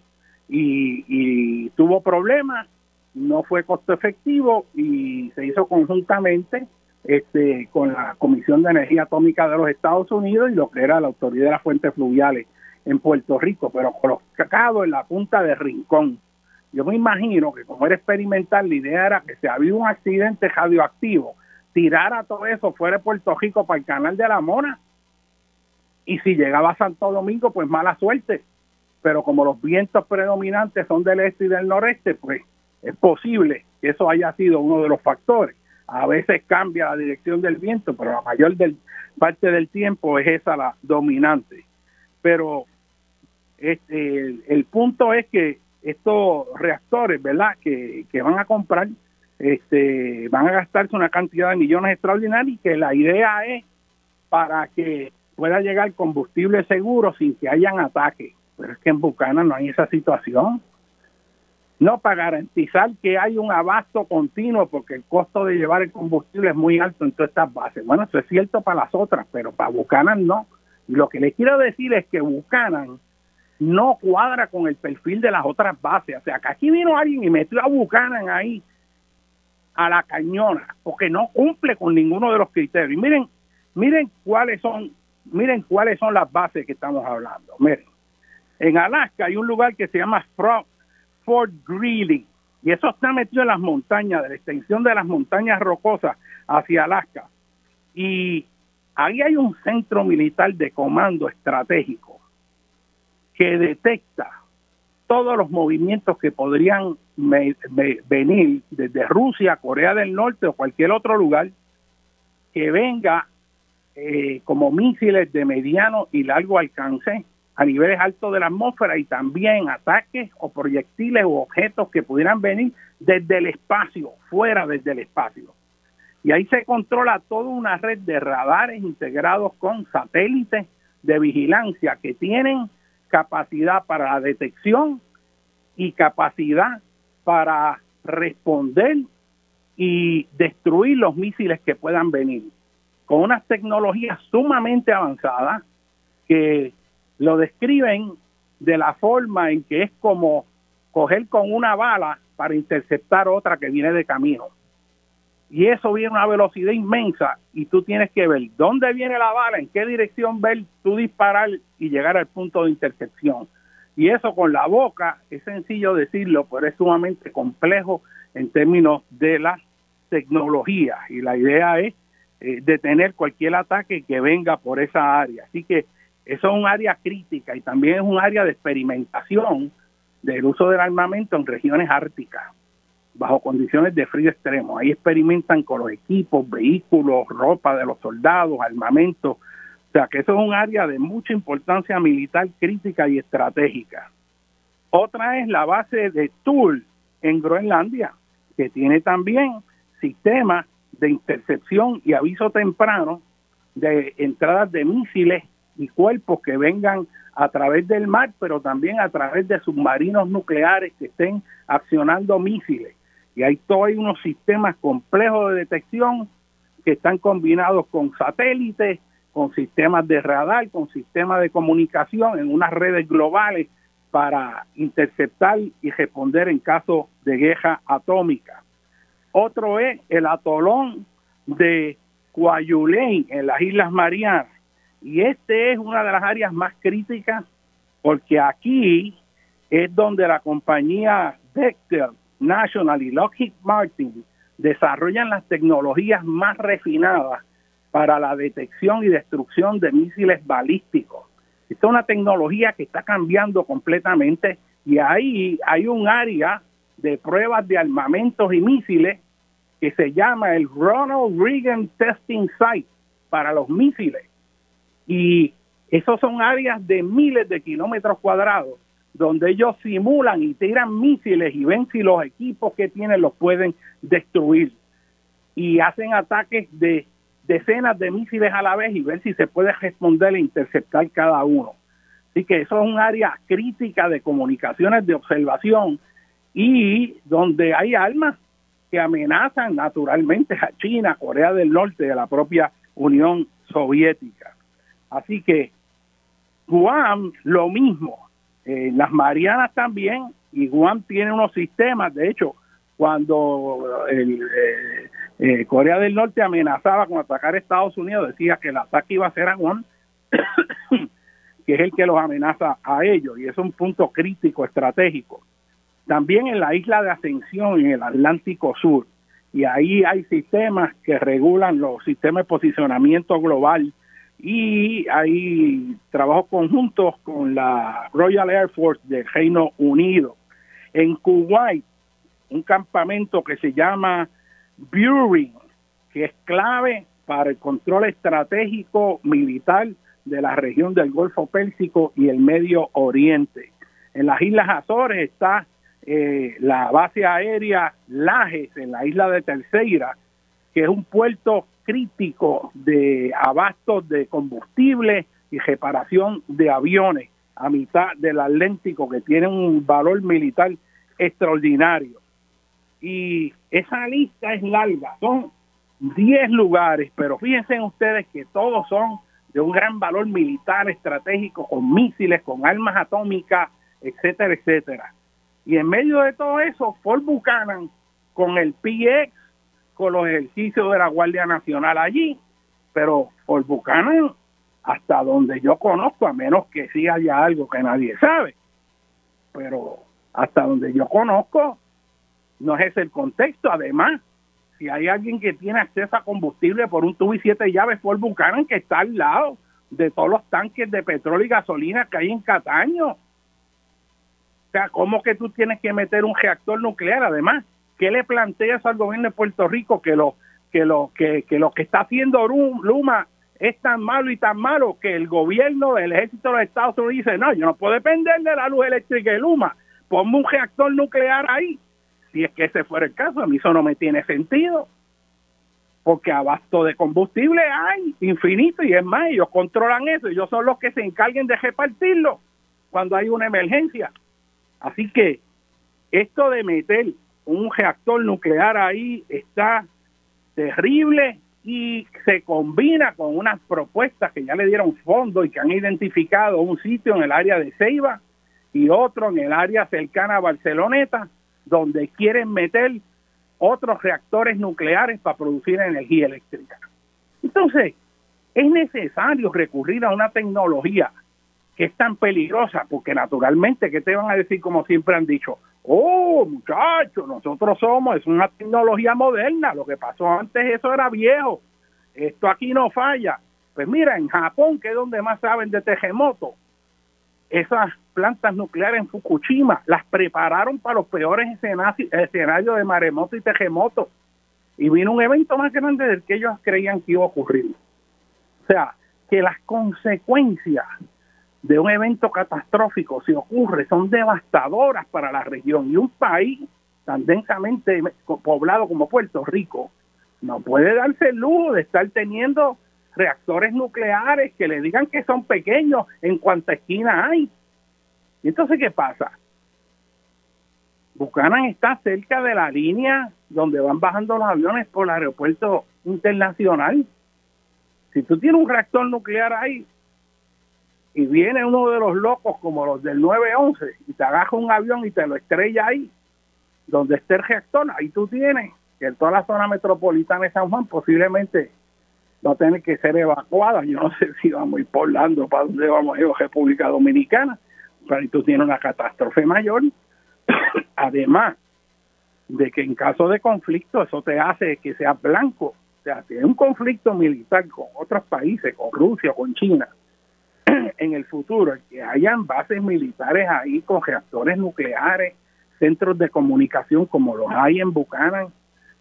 Y tuvo problemas, no fue costo efectivo y se hizo conjuntamente con la Comisión de Energía Atómica de los Estados Unidos y lo que era la Autoridad de las Fuentes Fluviales en Puerto Rico, pero colocado en la punta de Rincón. Yo me imagino que como era experimental, la idea era que si había un accidente radioactivo, tirara todo eso fuera de Puerto Rico para el Canal de la Mona, y si llegaba a Santo Domingo, pues mala suerte, pero como los vientos predominantes son del este y del noreste, pues es posible que eso haya sido uno de los factores. A veces cambia la dirección del viento, pero la mayor parte del tiempo es esa la dominante. Pero el punto es que estos reactores, ¿verdad?, que van a comprar, van a gastarse una cantidad de millones extraordinarios, y que la idea es para que pueda llegar combustible seguro sin que hayan ataques. Pero es que en Buchanan no hay esa situación. No, para garantizar que hay un abasto continuo, porque el costo de llevar el combustible es muy alto en todas estas bases. Bueno, eso es cierto para las otras, pero para Buchanan no. Y lo que les quiero decir es que Buchanan no cuadra con el perfil de las otras bases. O sea, que aquí vino alguien y metió a Buchanan ahí a la cañona, porque no cumple con ninguno de los criterios. Y miren cuáles son las bases que estamos hablando. Miren, en Alaska hay un lugar que se llama Fort Greely, y eso está metido en las montañas, de la extensión de las montañas rocosas hacia Alaska. Y ahí hay un centro militar de comando estratégico que detecta todos los movimientos que podrían venir desde Rusia, Corea del Norte o cualquier otro lugar que venga como misiles de mediano y largo alcance a niveles altos de la atmósfera, y también ataques o proyectiles u objetos que pudieran venir desde el espacio, fuera desde el espacio. Y ahí se controla toda una red de radares integrados con satélites de vigilancia que tienen capacidad para la detección y capacidad para responder y destruir los misiles que puedan venir, con unas tecnologías sumamente avanzadas que lo describen de la forma en que es como coger con una bala para interceptar otra que viene de camino. Y eso viene a una velocidad inmensa, y tú tienes que ver dónde viene la bala, en qué dirección ver, tú disparar y llegar al punto de intercepción. Y eso con la boca es sencillo decirlo, pero es sumamente complejo en términos de la tecnología. Y la idea es detener cualquier ataque que venga por esa área. Así que eso es un área crítica, y también es un área de experimentación del uso del armamento en regiones árticas, bajo condiciones de frío extremo. Ahí experimentan con los equipos, vehículos, ropa de los soldados, armamento. O sea, que eso es un área de mucha importancia militar, crítica y estratégica. Otra es la base de Thule en Groenlandia, que tiene también sistemas de intercepción y aviso temprano de entradas de misiles y cuerpos que vengan a través del mar, pero también a través de submarinos nucleares que estén accionando misiles. Y hay todos unos sistemas complejos de detección que están combinados con satélites, con sistemas de radar, con sistemas de comunicación en unas redes globales para interceptar y responder en caso de guerra atómica. Otro es el atolón de Kwajalein en las Islas Marianas. Y este es una de las áreas más críticas, porque aquí es donde la compañía Bechtel, National y Lockheed Martin desarrollan las tecnologías más refinadas para la detección y destrucción de misiles balísticos. Esta es una tecnología que está cambiando completamente, y ahí hay un área de pruebas de armamentos y misiles que se llama el Ronald Reagan Testing Site para los misiles. Y esos son áreas de miles de kilómetros cuadrados donde ellos simulan y tiran misiles y ven si los equipos que tienen los pueden destruir. Y hacen ataques de decenas de misiles a la vez y ver si se puede responder e interceptar cada uno. Así que eso es un área crítica de comunicaciones, de observación, y donde hay armas que amenazan naturalmente a China, Corea del Norte y a la propia Unión Soviética. Así que Guam, lo mismo, las Marianas también, y Guam tiene unos sistemas. De hecho, cuando Corea del Norte amenazaba con atacar a Estados Unidos, decía que el ataque iba a ser a Guam, que es el que los amenaza a ellos, y es un punto crítico estratégico. También en la isla de Ascensión, en el Atlántico Sur, y ahí hay sistemas que regulan los sistemas de posicionamiento global, y hay trabajos conjuntos con la Royal Air Force del Reino Unido. En Kuwait, un campamento que se llama Burin, que es clave para el control estratégico militar de la región del Golfo Pérsico y el Medio Oriente. En las Islas Azores está la base aérea Lajes, en la isla de Terceira, que es un puerto crítico de abastos de combustible y reparación de aviones a mitad del Atlántico, que tiene un valor militar extraordinario. Y esa lista es larga, son 10 lugares, pero fíjense ustedes que todos son de un gran valor militar estratégico, con misiles, con armas atómicas, etcétera, etcétera. Y en medio de todo eso, Fort Buchanan, con el PX, con los ejercicios de la Guardia Nacional allí, pero Fort Buchanan, hasta donde yo conozco, a menos que sí haya algo que nadie sabe, pero hasta donde yo conozco, no es ese el contexto. Además, si hay alguien que tiene acceso a combustible por un tubo y 7 llaves, Fort Buchanan, que está al lado de todos los tanques de petróleo y gasolina que hay en Cataño. O sea, ¿cómo que tú tienes que meter un reactor nuclear? Además, ¿qué le planteas al gobierno de Puerto Rico que lo que está haciendo Luma es tan malo y tan malo que el gobierno del ejército de los Estados Unidos dice, no, yo no puedo depender de la luz eléctrica de Luma, ponme un reactor nuclear ahí? Si es que ese fuera el caso, a mí eso no me tiene sentido, porque abasto de combustible hay infinito, y es más, ellos controlan eso, ellos son los que se encarguen de repartirlo cuando hay una emergencia. Así que esto de meter un reactor nuclear ahí está terrible y se combina con unas propuestas que ya le dieron fondo y que han identificado un sitio en el área de Ceiba y otro en el área cercana a Barceloneta, donde quieren meter otros reactores nucleares para producir energía eléctrica. Entonces, es necesario recurrir a una tecnología que es tan peligrosa, porque naturalmente, ¿qué te van a decir? Como siempre han dicho, oh, muchachos, es una tecnología moderna, lo que pasó antes, eso era viejo, esto aquí no falla. Pues mira, en Japón, que es donde más saben de terremotos, esas plantas nucleares en Fukushima las prepararon para los peores escenarios de maremoto y terremoto, y vino un evento más grande del que ellos creían que iba a ocurrir. O sea, que las consecuencias de un evento catastrófico, si ocurre, son devastadoras para la región, y un país tan densamente poblado como Puerto Rico no puede darse el lujo de estar teniendo reactores nucleares que le digan que son pequeños en cuanta esquina hay. ¿Y entonces qué pasa? Buchanan está cerca de la línea donde van bajando los aviones por el aeropuerto internacional. Si tú tienes un reactor nuclear ahí y viene uno de los locos como los del 911 y te agarra un avión y te lo estrella ahí, donde esté el reactor, ahí tú tienes que en toda la zona metropolitana de San Juan posiblemente va a tener que ser evacuada. Yo no sé si vamos a ir por Orlando, para dónde vamos a ir, República Dominicana, pero ahí tú tienes una catástrofe mayor. Además de que en caso de conflicto, eso te hace que seas blanco. O sea, si hay un conflicto militar con otros países, con Rusia, con China, en el futuro, que hayan bases militares ahí con reactores nucleares, centros de comunicación como los hay en Buchanan,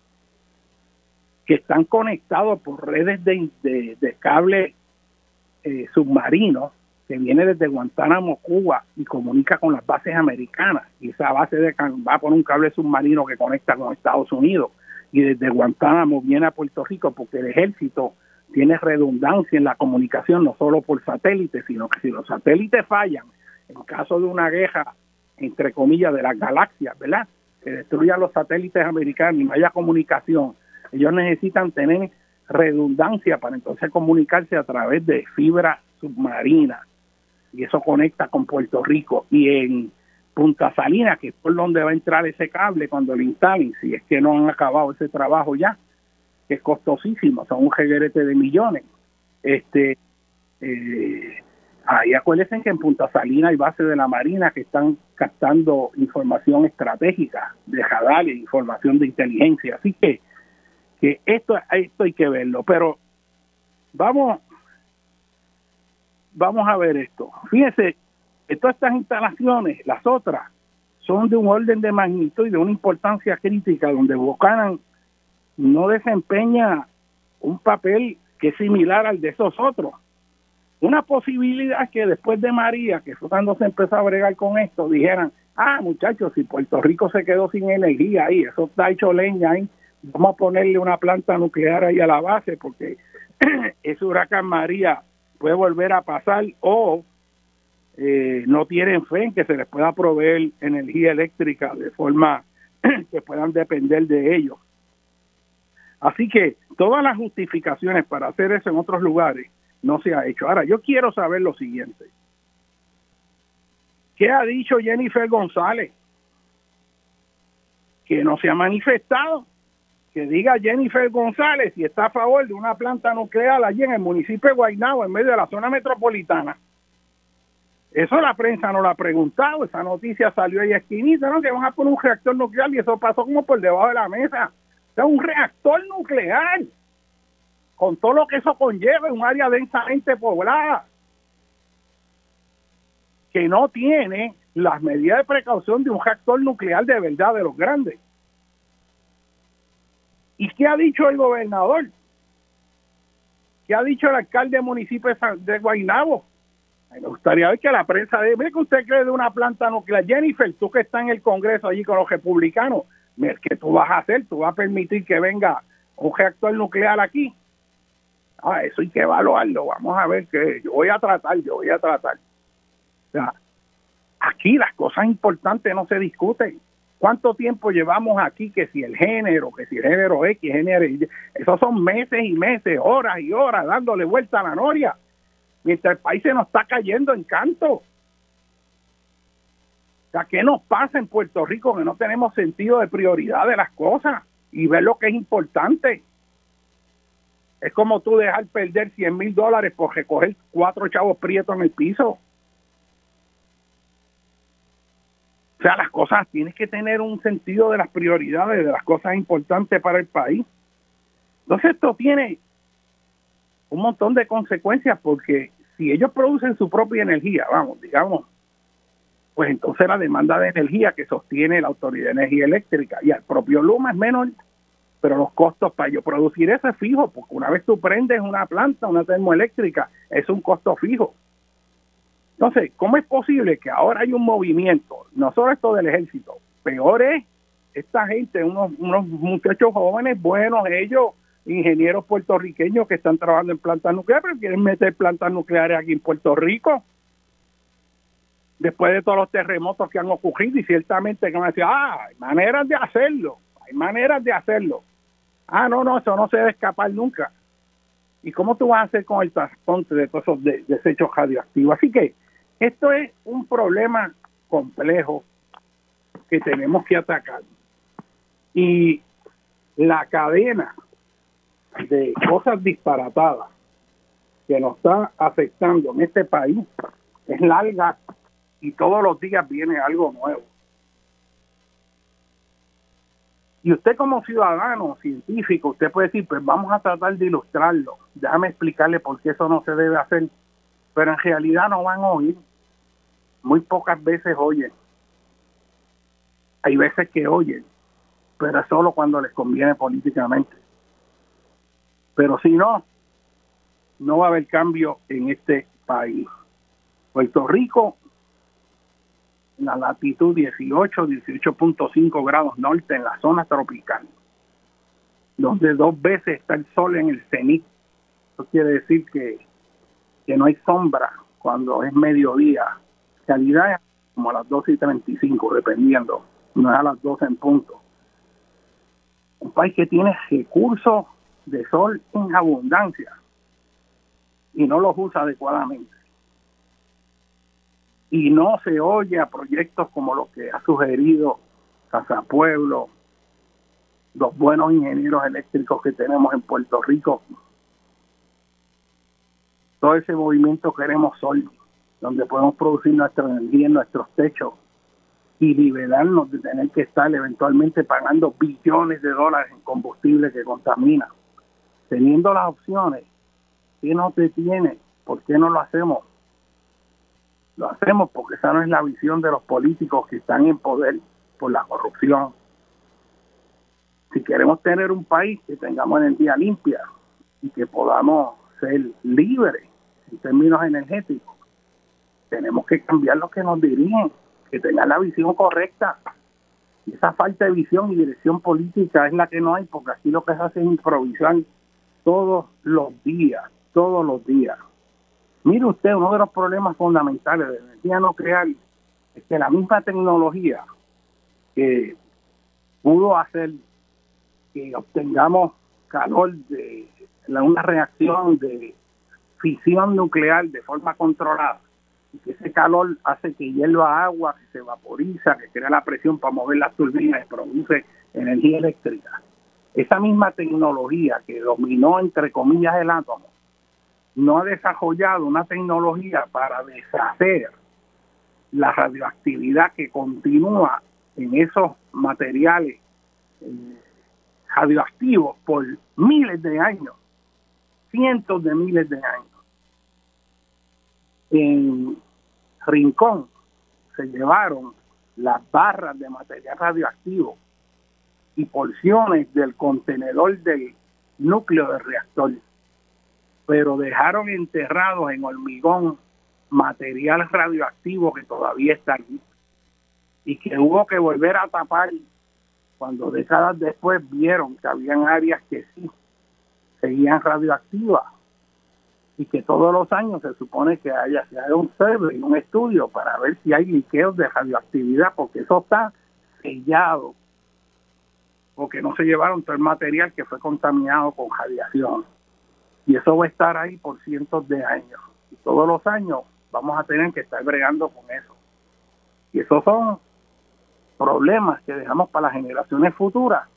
que están conectados por redes de cable submarino que viene desde Guantánamo, Cuba, y comunica con las bases americanas, y esa base va a poner un cable submarino que conecta con Estados Unidos, y desde Guantánamo viene a Puerto Rico, porque el ejército tiene redundancia en la comunicación, no solo por satélite, sino que si los satélites fallan, en caso de una guerra, entre comillas, de las galaxias, ¿verdad?, que destruyan los satélites americanos y no haya comunicación, ellos necesitan tener redundancia para entonces comunicarse a través de fibra submarina, y eso conecta con Puerto Rico. Y en Punta Salinas, que es por donde va a entrar ese cable cuando lo instalen, si es que no han acabado ese trabajo ya, que es costosísimo, son un reguerete de millones. Ahí acuérdense que en Punta Salinas hay bases de la Marina que están captando información estratégica de radar e información de inteligencia. Así que esto hay que verlo. Pero vamos a ver esto. Fíjense que todas estas instalaciones, las otras, son de un orden de magnitud y de una importancia crítica, donde Buchanan no desempeña un papel que es similar al de esos otros. Una posibilidad es que después de María, que fue cuando se empezó a bregar con esto, dijeran, muchachos, si Puerto Rico se quedó sin energía ahí, eso está hecho leña ahí, vamos a ponerle una planta nuclear ahí a la base, porque ese huracán María puede volver a pasar, o no tienen fe en que se les pueda proveer energía eléctrica de forma que puedan depender de ellos. Así que todas las justificaciones para hacer eso en otros lugares no se ha hecho. Ahora, yo quiero saber lo siguiente. ¿Qué ha dicho Jennifer González? Que no se ha manifestado. Que diga Jennifer González si está a favor de una planta nuclear allí en el municipio de Guaynabo, en medio de la zona metropolitana. Eso la prensa no lo ha preguntado. Esa noticia salió ahí esquinita, ¿no? Que van a poner un reactor nuclear y eso pasó como por debajo de la mesa. O sea, un reactor nuclear, con todo lo que eso conlleva, en un área densamente poblada, que no tiene las medidas de precaución de un reactor nuclear de verdad, de los grandes. ¿Y qué ha dicho el gobernador? ¿Qué ha dicho el alcalde del municipio de Guaynabo? Me gustaría ver que la prensa diga, ¿qué usted cree de una planta nuclear? Jennifer, tú que estás en el Congreso allí con los republicanos, ¿qué tú vas a hacer? ¿Tú vas a permitir que venga un reactor nuclear aquí? Eso hay que evaluarlo. Vamos a ver que yo voy a tratar. O sea, aquí las cosas importantes no se discuten. ¿Cuánto tiempo llevamos aquí? Que si el género X, género Y, esos son meses y meses, horas y horas dándole vuelta a la noria, mientras el país se nos está cayendo en canto. O sea, ¿qué nos pasa en Puerto Rico que no tenemos sentido de prioridad de las cosas y ver lo que es importante? Es como tú dejar perder $100,000 por recoger 4 chavos prietos en el piso. O sea, las cosas, tienes que tener un sentido de las prioridades, de las cosas importantes para el país. Entonces esto tiene un montón de consecuencias, porque si ellos producen su propia energía, digamos, pues entonces la demanda de energía que sostiene la Autoridad de Energía Eléctrica y al propio Luma es menor, pero los costos para yo producir eso es fijo, porque una vez tú prendes una planta, una termoeléctrica, es un costo fijo. Entonces, ¿cómo es posible que ahora hay un movimiento, no solo esto del ejército, peor es esta gente, unos muchachos jóvenes, buenos ellos, ingenieros puertorriqueños que están trabajando en plantas nucleares, pero quieren meter plantas nucleares aquí en Puerto Rico, después de todos los terremotos que han ocurrido, y ciertamente que van a decir, hay maneras de hacerlo. No, eso no se debe escapar nunca. ¿Y cómo tú vas a hacer con el transporte de todos esos desechos radioactivos? Así que esto es un problema complejo que tenemos que atacar. Y la cadena de cosas disparatadas que nos está afectando en este país es larga y todos los días viene algo nuevo. Y usted como ciudadano científico, usted puede decir, pues vamos a tratar de ilustrarlo. Déjame explicarle por qué eso no se debe hacer. Pero en realidad no van a oír. Muy pocas veces oyen. Hay veces que oyen, pero es solo cuando les conviene políticamente. Pero si no, no va a haber cambio en este país. Puerto Rico, en la latitud 18.5 grados norte, en la zona tropical, donde 2 veces está el sol en el cenit. Eso quiere decir que no hay sombra cuando es mediodía. Calidad es como a las 12:35, dependiendo, no es a las 12 en punto. Un país que tiene recursos de sol en abundancia y no los usa adecuadamente. Y no se oye a proyectos como los que ha sugerido Casa Pueblo, los buenos ingenieros eléctricos que tenemos en Puerto Rico. Todo ese movimiento queremos sol, donde podemos producir nuestra energía en nuestros techos y liberarnos de tener que estar eventualmente pagando billones de dólares en combustible que contamina. Teniendo las opciones, ¿qué nos detiene? ¿Por qué no lo hacemos? Lo hacemos porque esa no es la visión de los políticos que están en poder por la corrupción. Si queremos tener un país que tengamos energía limpia, y que podamos ser libres en términos energéticos, tenemos que cambiar los que nos dirigen, que tengan la visión correcta. Y esa falta de visión y dirección política es la que no hay, porque aquí lo que se hace es improvisar todos los días, todos los días. Mire usted, uno de los problemas fundamentales de la energía nuclear es que la misma tecnología que pudo hacer que obtengamos calor de una reacción de fisión nuclear de forma controlada, y que ese calor hace que hierva agua, que se vaporiza, que crea la presión para mover las turbinas y produce energía eléctrica. Esa misma tecnología que dominó, entre comillas, el átomo, no ha desarrollado una tecnología para deshacer la radioactividad que continúa en esos materiales radioactivos por miles de años, cientos de miles de años. En Rincón se llevaron las barras de material radioactivo y porciones del contenedor del núcleo del reactor, pero dejaron enterrados en hormigón material radioactivo que todavía está allí y que hubo que volver a tapar cuando décadas después vieron que habían áreas que sí seguían radioactivas, y que todos los años se supone que se haga un survey, un estudio para ver si hay liqueos de radioactividad, porque eso está sellado, porque no se llevaron todo el material que fue contaminado con radiación, y eso va a estar ahí por cientos de años, y todos los años vamos a tener que estar bregando con eso, y esos son problemas que dejamos para las generaciones futuras.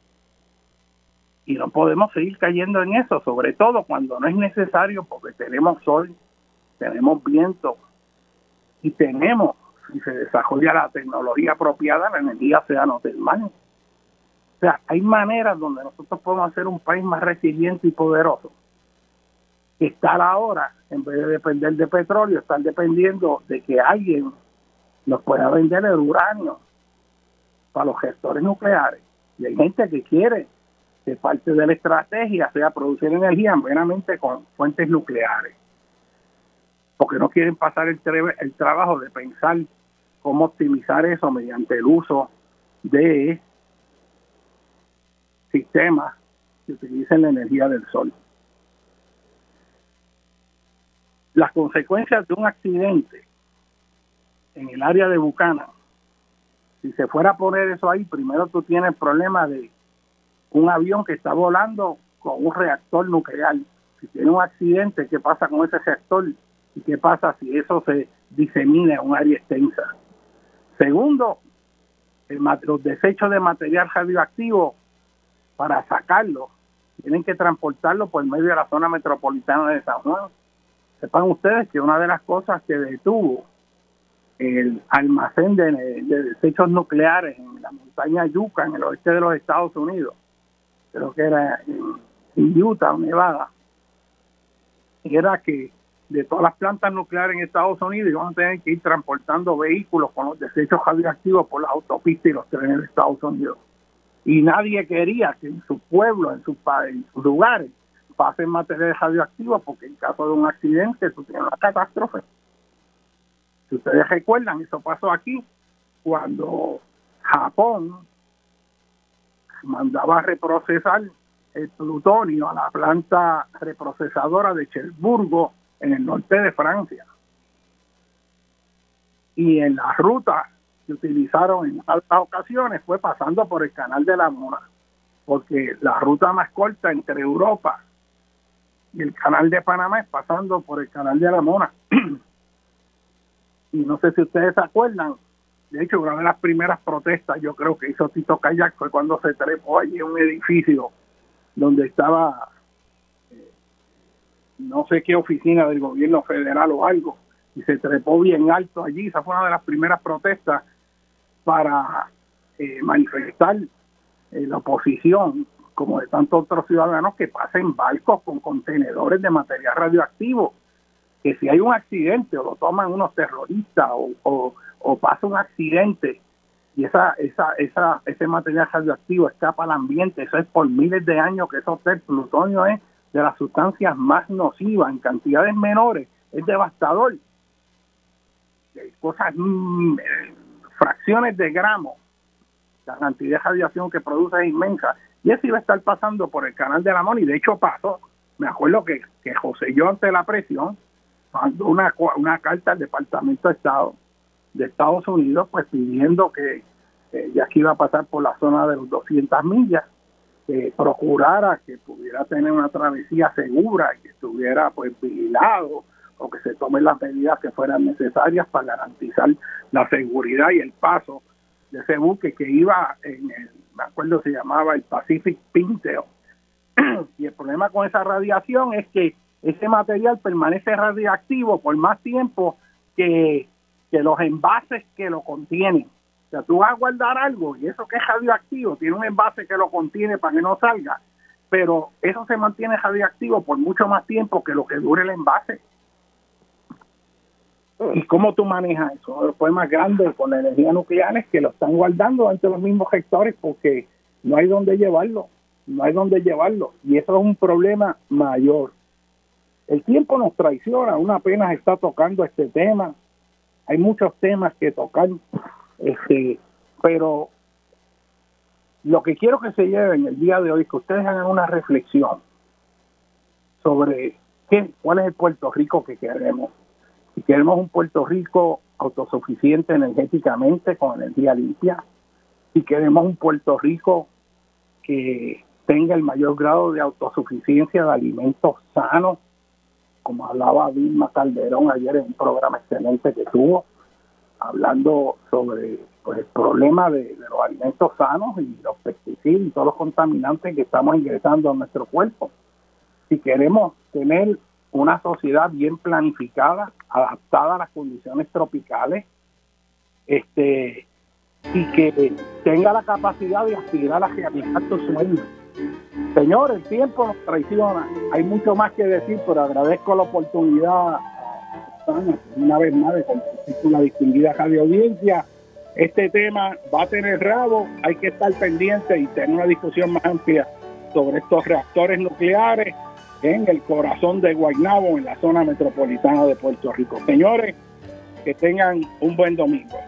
Y no podemos seguir cayendo en eso, sobre todo cuando no es necesario, porque tenemos sol, tenemos viento y tenemos, si se desarrolla la tecnología apropiada, la energía oceanotermal. O sea, hay maneras donde nosotros podemos hacer un país más resiliente y poderoso. Estar ahora, en vez de depender de petróleo, estar dependiendo de que alguien nos pueda vender el uranio para los gestores nucleares. Y hay gente que quiere que parte de la estrategia sea producir energía meramente con fuentes nucleares, porque no quieren pasar el trabajo de pensar cómo optimizar eso mediante el uso de sistemas que utilicen la energía del sol. Las consecuencias de un accidente en el área de Buchanan, si se fuera a poner eso ahí, primero tú tienes el problema de un avión que está volando con un reactor nuclear. Si tiene un accidente, ¿qué pasa con ese reactor? ¿Y qué pasa si eso se disemina en un área extensa? Segundo, los desechos de material radioactivo, para sacarlo, tienen que transportarlo por medio de la zona metropolitana de San Juan. Sepan ustedes que una de las cosas que detuvo el almacén de desechos nucleares en la montaña Yucca, en el oeste de los Estados Unidos, creo que era en Utah o Nevada, era que de todas las plantas nucleares en Estados Unidos iban a tener que ir transportando vehículos con los desechos radioactivos por las autopistas y los trenes de Estados Unidos. Y nadie quería que en su pueblo, en sus lugares, pasen materiales radioactivos, porque en caso de un accidente tú tienes una catástrofe. Si ustedes recuerdan, eso pasó aquí cuando Japón mandaba a reprocesar el plutonio a la planta reprocesadora de Cherburgo en el norte de Francia. Y en la ruta que utilizaron en altas ocasiones fue pasando por el Canal de la Mona, porque la ruta más corta entre Europa y el Canal de Panamá es pasando por el Canal de la Mona. Y no sé si ustedes se acuerdan, de hecho, una de las primeras protestas, yo creo que hizo Tito Kayak, fue cuando se trepó allí en un edificio donde estaba, no sé qué oficina del gobierno federal o algo, y se trepó bien alto allí. Esa fue una de las primeras protestas para manifestar la oposición, como de tantos otros ciudadanos, que pasen barcos con contenedores de material radioactivo, que si hay un accidente o lo toman unos terroristas o pasa un accidente y ese material radioactivo escapa al ambiente, eso es por miles de años que eso, el plutonio es de las sustancias más nocivas en cantidades menores es devastador. Cosas, fracciones de gramos, la cantidad de radiación que produce es inmensa. Y eso iba a estar pasando por el Canal de la Mona, y de hecho pasó. Me acuerdo que José yo, ante la presión, mandó una carta al Departamento de Estado de Estados Unidos, pues pidiendo que ya que iba a pasar por la zona de los 200 millas, que procurara que pudiera tener una travesía segura, que estuviera pues vigilado, o que se tomen las medidas que fueran necesarias para garantizar la seguridad y el paso de ese buque que iba me acuerdo se llamaba el Pacific Pintail. Y el problema con esa radiación es que ese material permanece radiactivo por más tiempo que los envases que lo contienen. O sea, tú vas a guardar algo y eso que es radioactivo tiene un envase que lo contiene para que no salga, pero eso se mantiene radioactivo por mucho más tiempo que lo que dure el envase. ¿Y cómo tú manejas eso? Los problemas grandes con la energía nuclear es que lo están guardando ante los mismos sectores porque no hay dónde llevarlo, y eso es un problema mayor. El tiempo nos traiciona, uno apenas está tocando este tema, hay muchos temas que tocar, pero lo que quiero que se lleven el día de hoy, que ustedes hagan una reflexión sobre cuál es el Puerto Rico que queremos. Si queremos un Puerto Rico autosuficiente energéticamente, con energía limpia, si queremos un Puerto Rico que tenga el mayor grado de autosuficiencia de alimentos sanos, como hablaba Vilma Calderón ayer en un programa excelente que tuvo, hablando sobre pues, el problema de los alimentos sanos y los pesticidas y todos los contaminantes que estamos ingresando a nuestro cuerpo. Si queremos tener una sociedad bien planificada, adaptada a las condiciones tropicales, y que tenga la capacidad de aspirar a realizar tus sueños. Señor, el tiempo nos traiciona. Hay mucho más que decir, pero agradezco la oportunidad una vez más de compartir con la distinguida radio audiencia. Este tema va a tener rabo, hay que estar pendiente y tener una discusión más amplia sobre estos reactores nucleares en el corazón de Guaynabo, en la zona metropolitana de Puerto Rico. Señores, que tengan un buen domingo.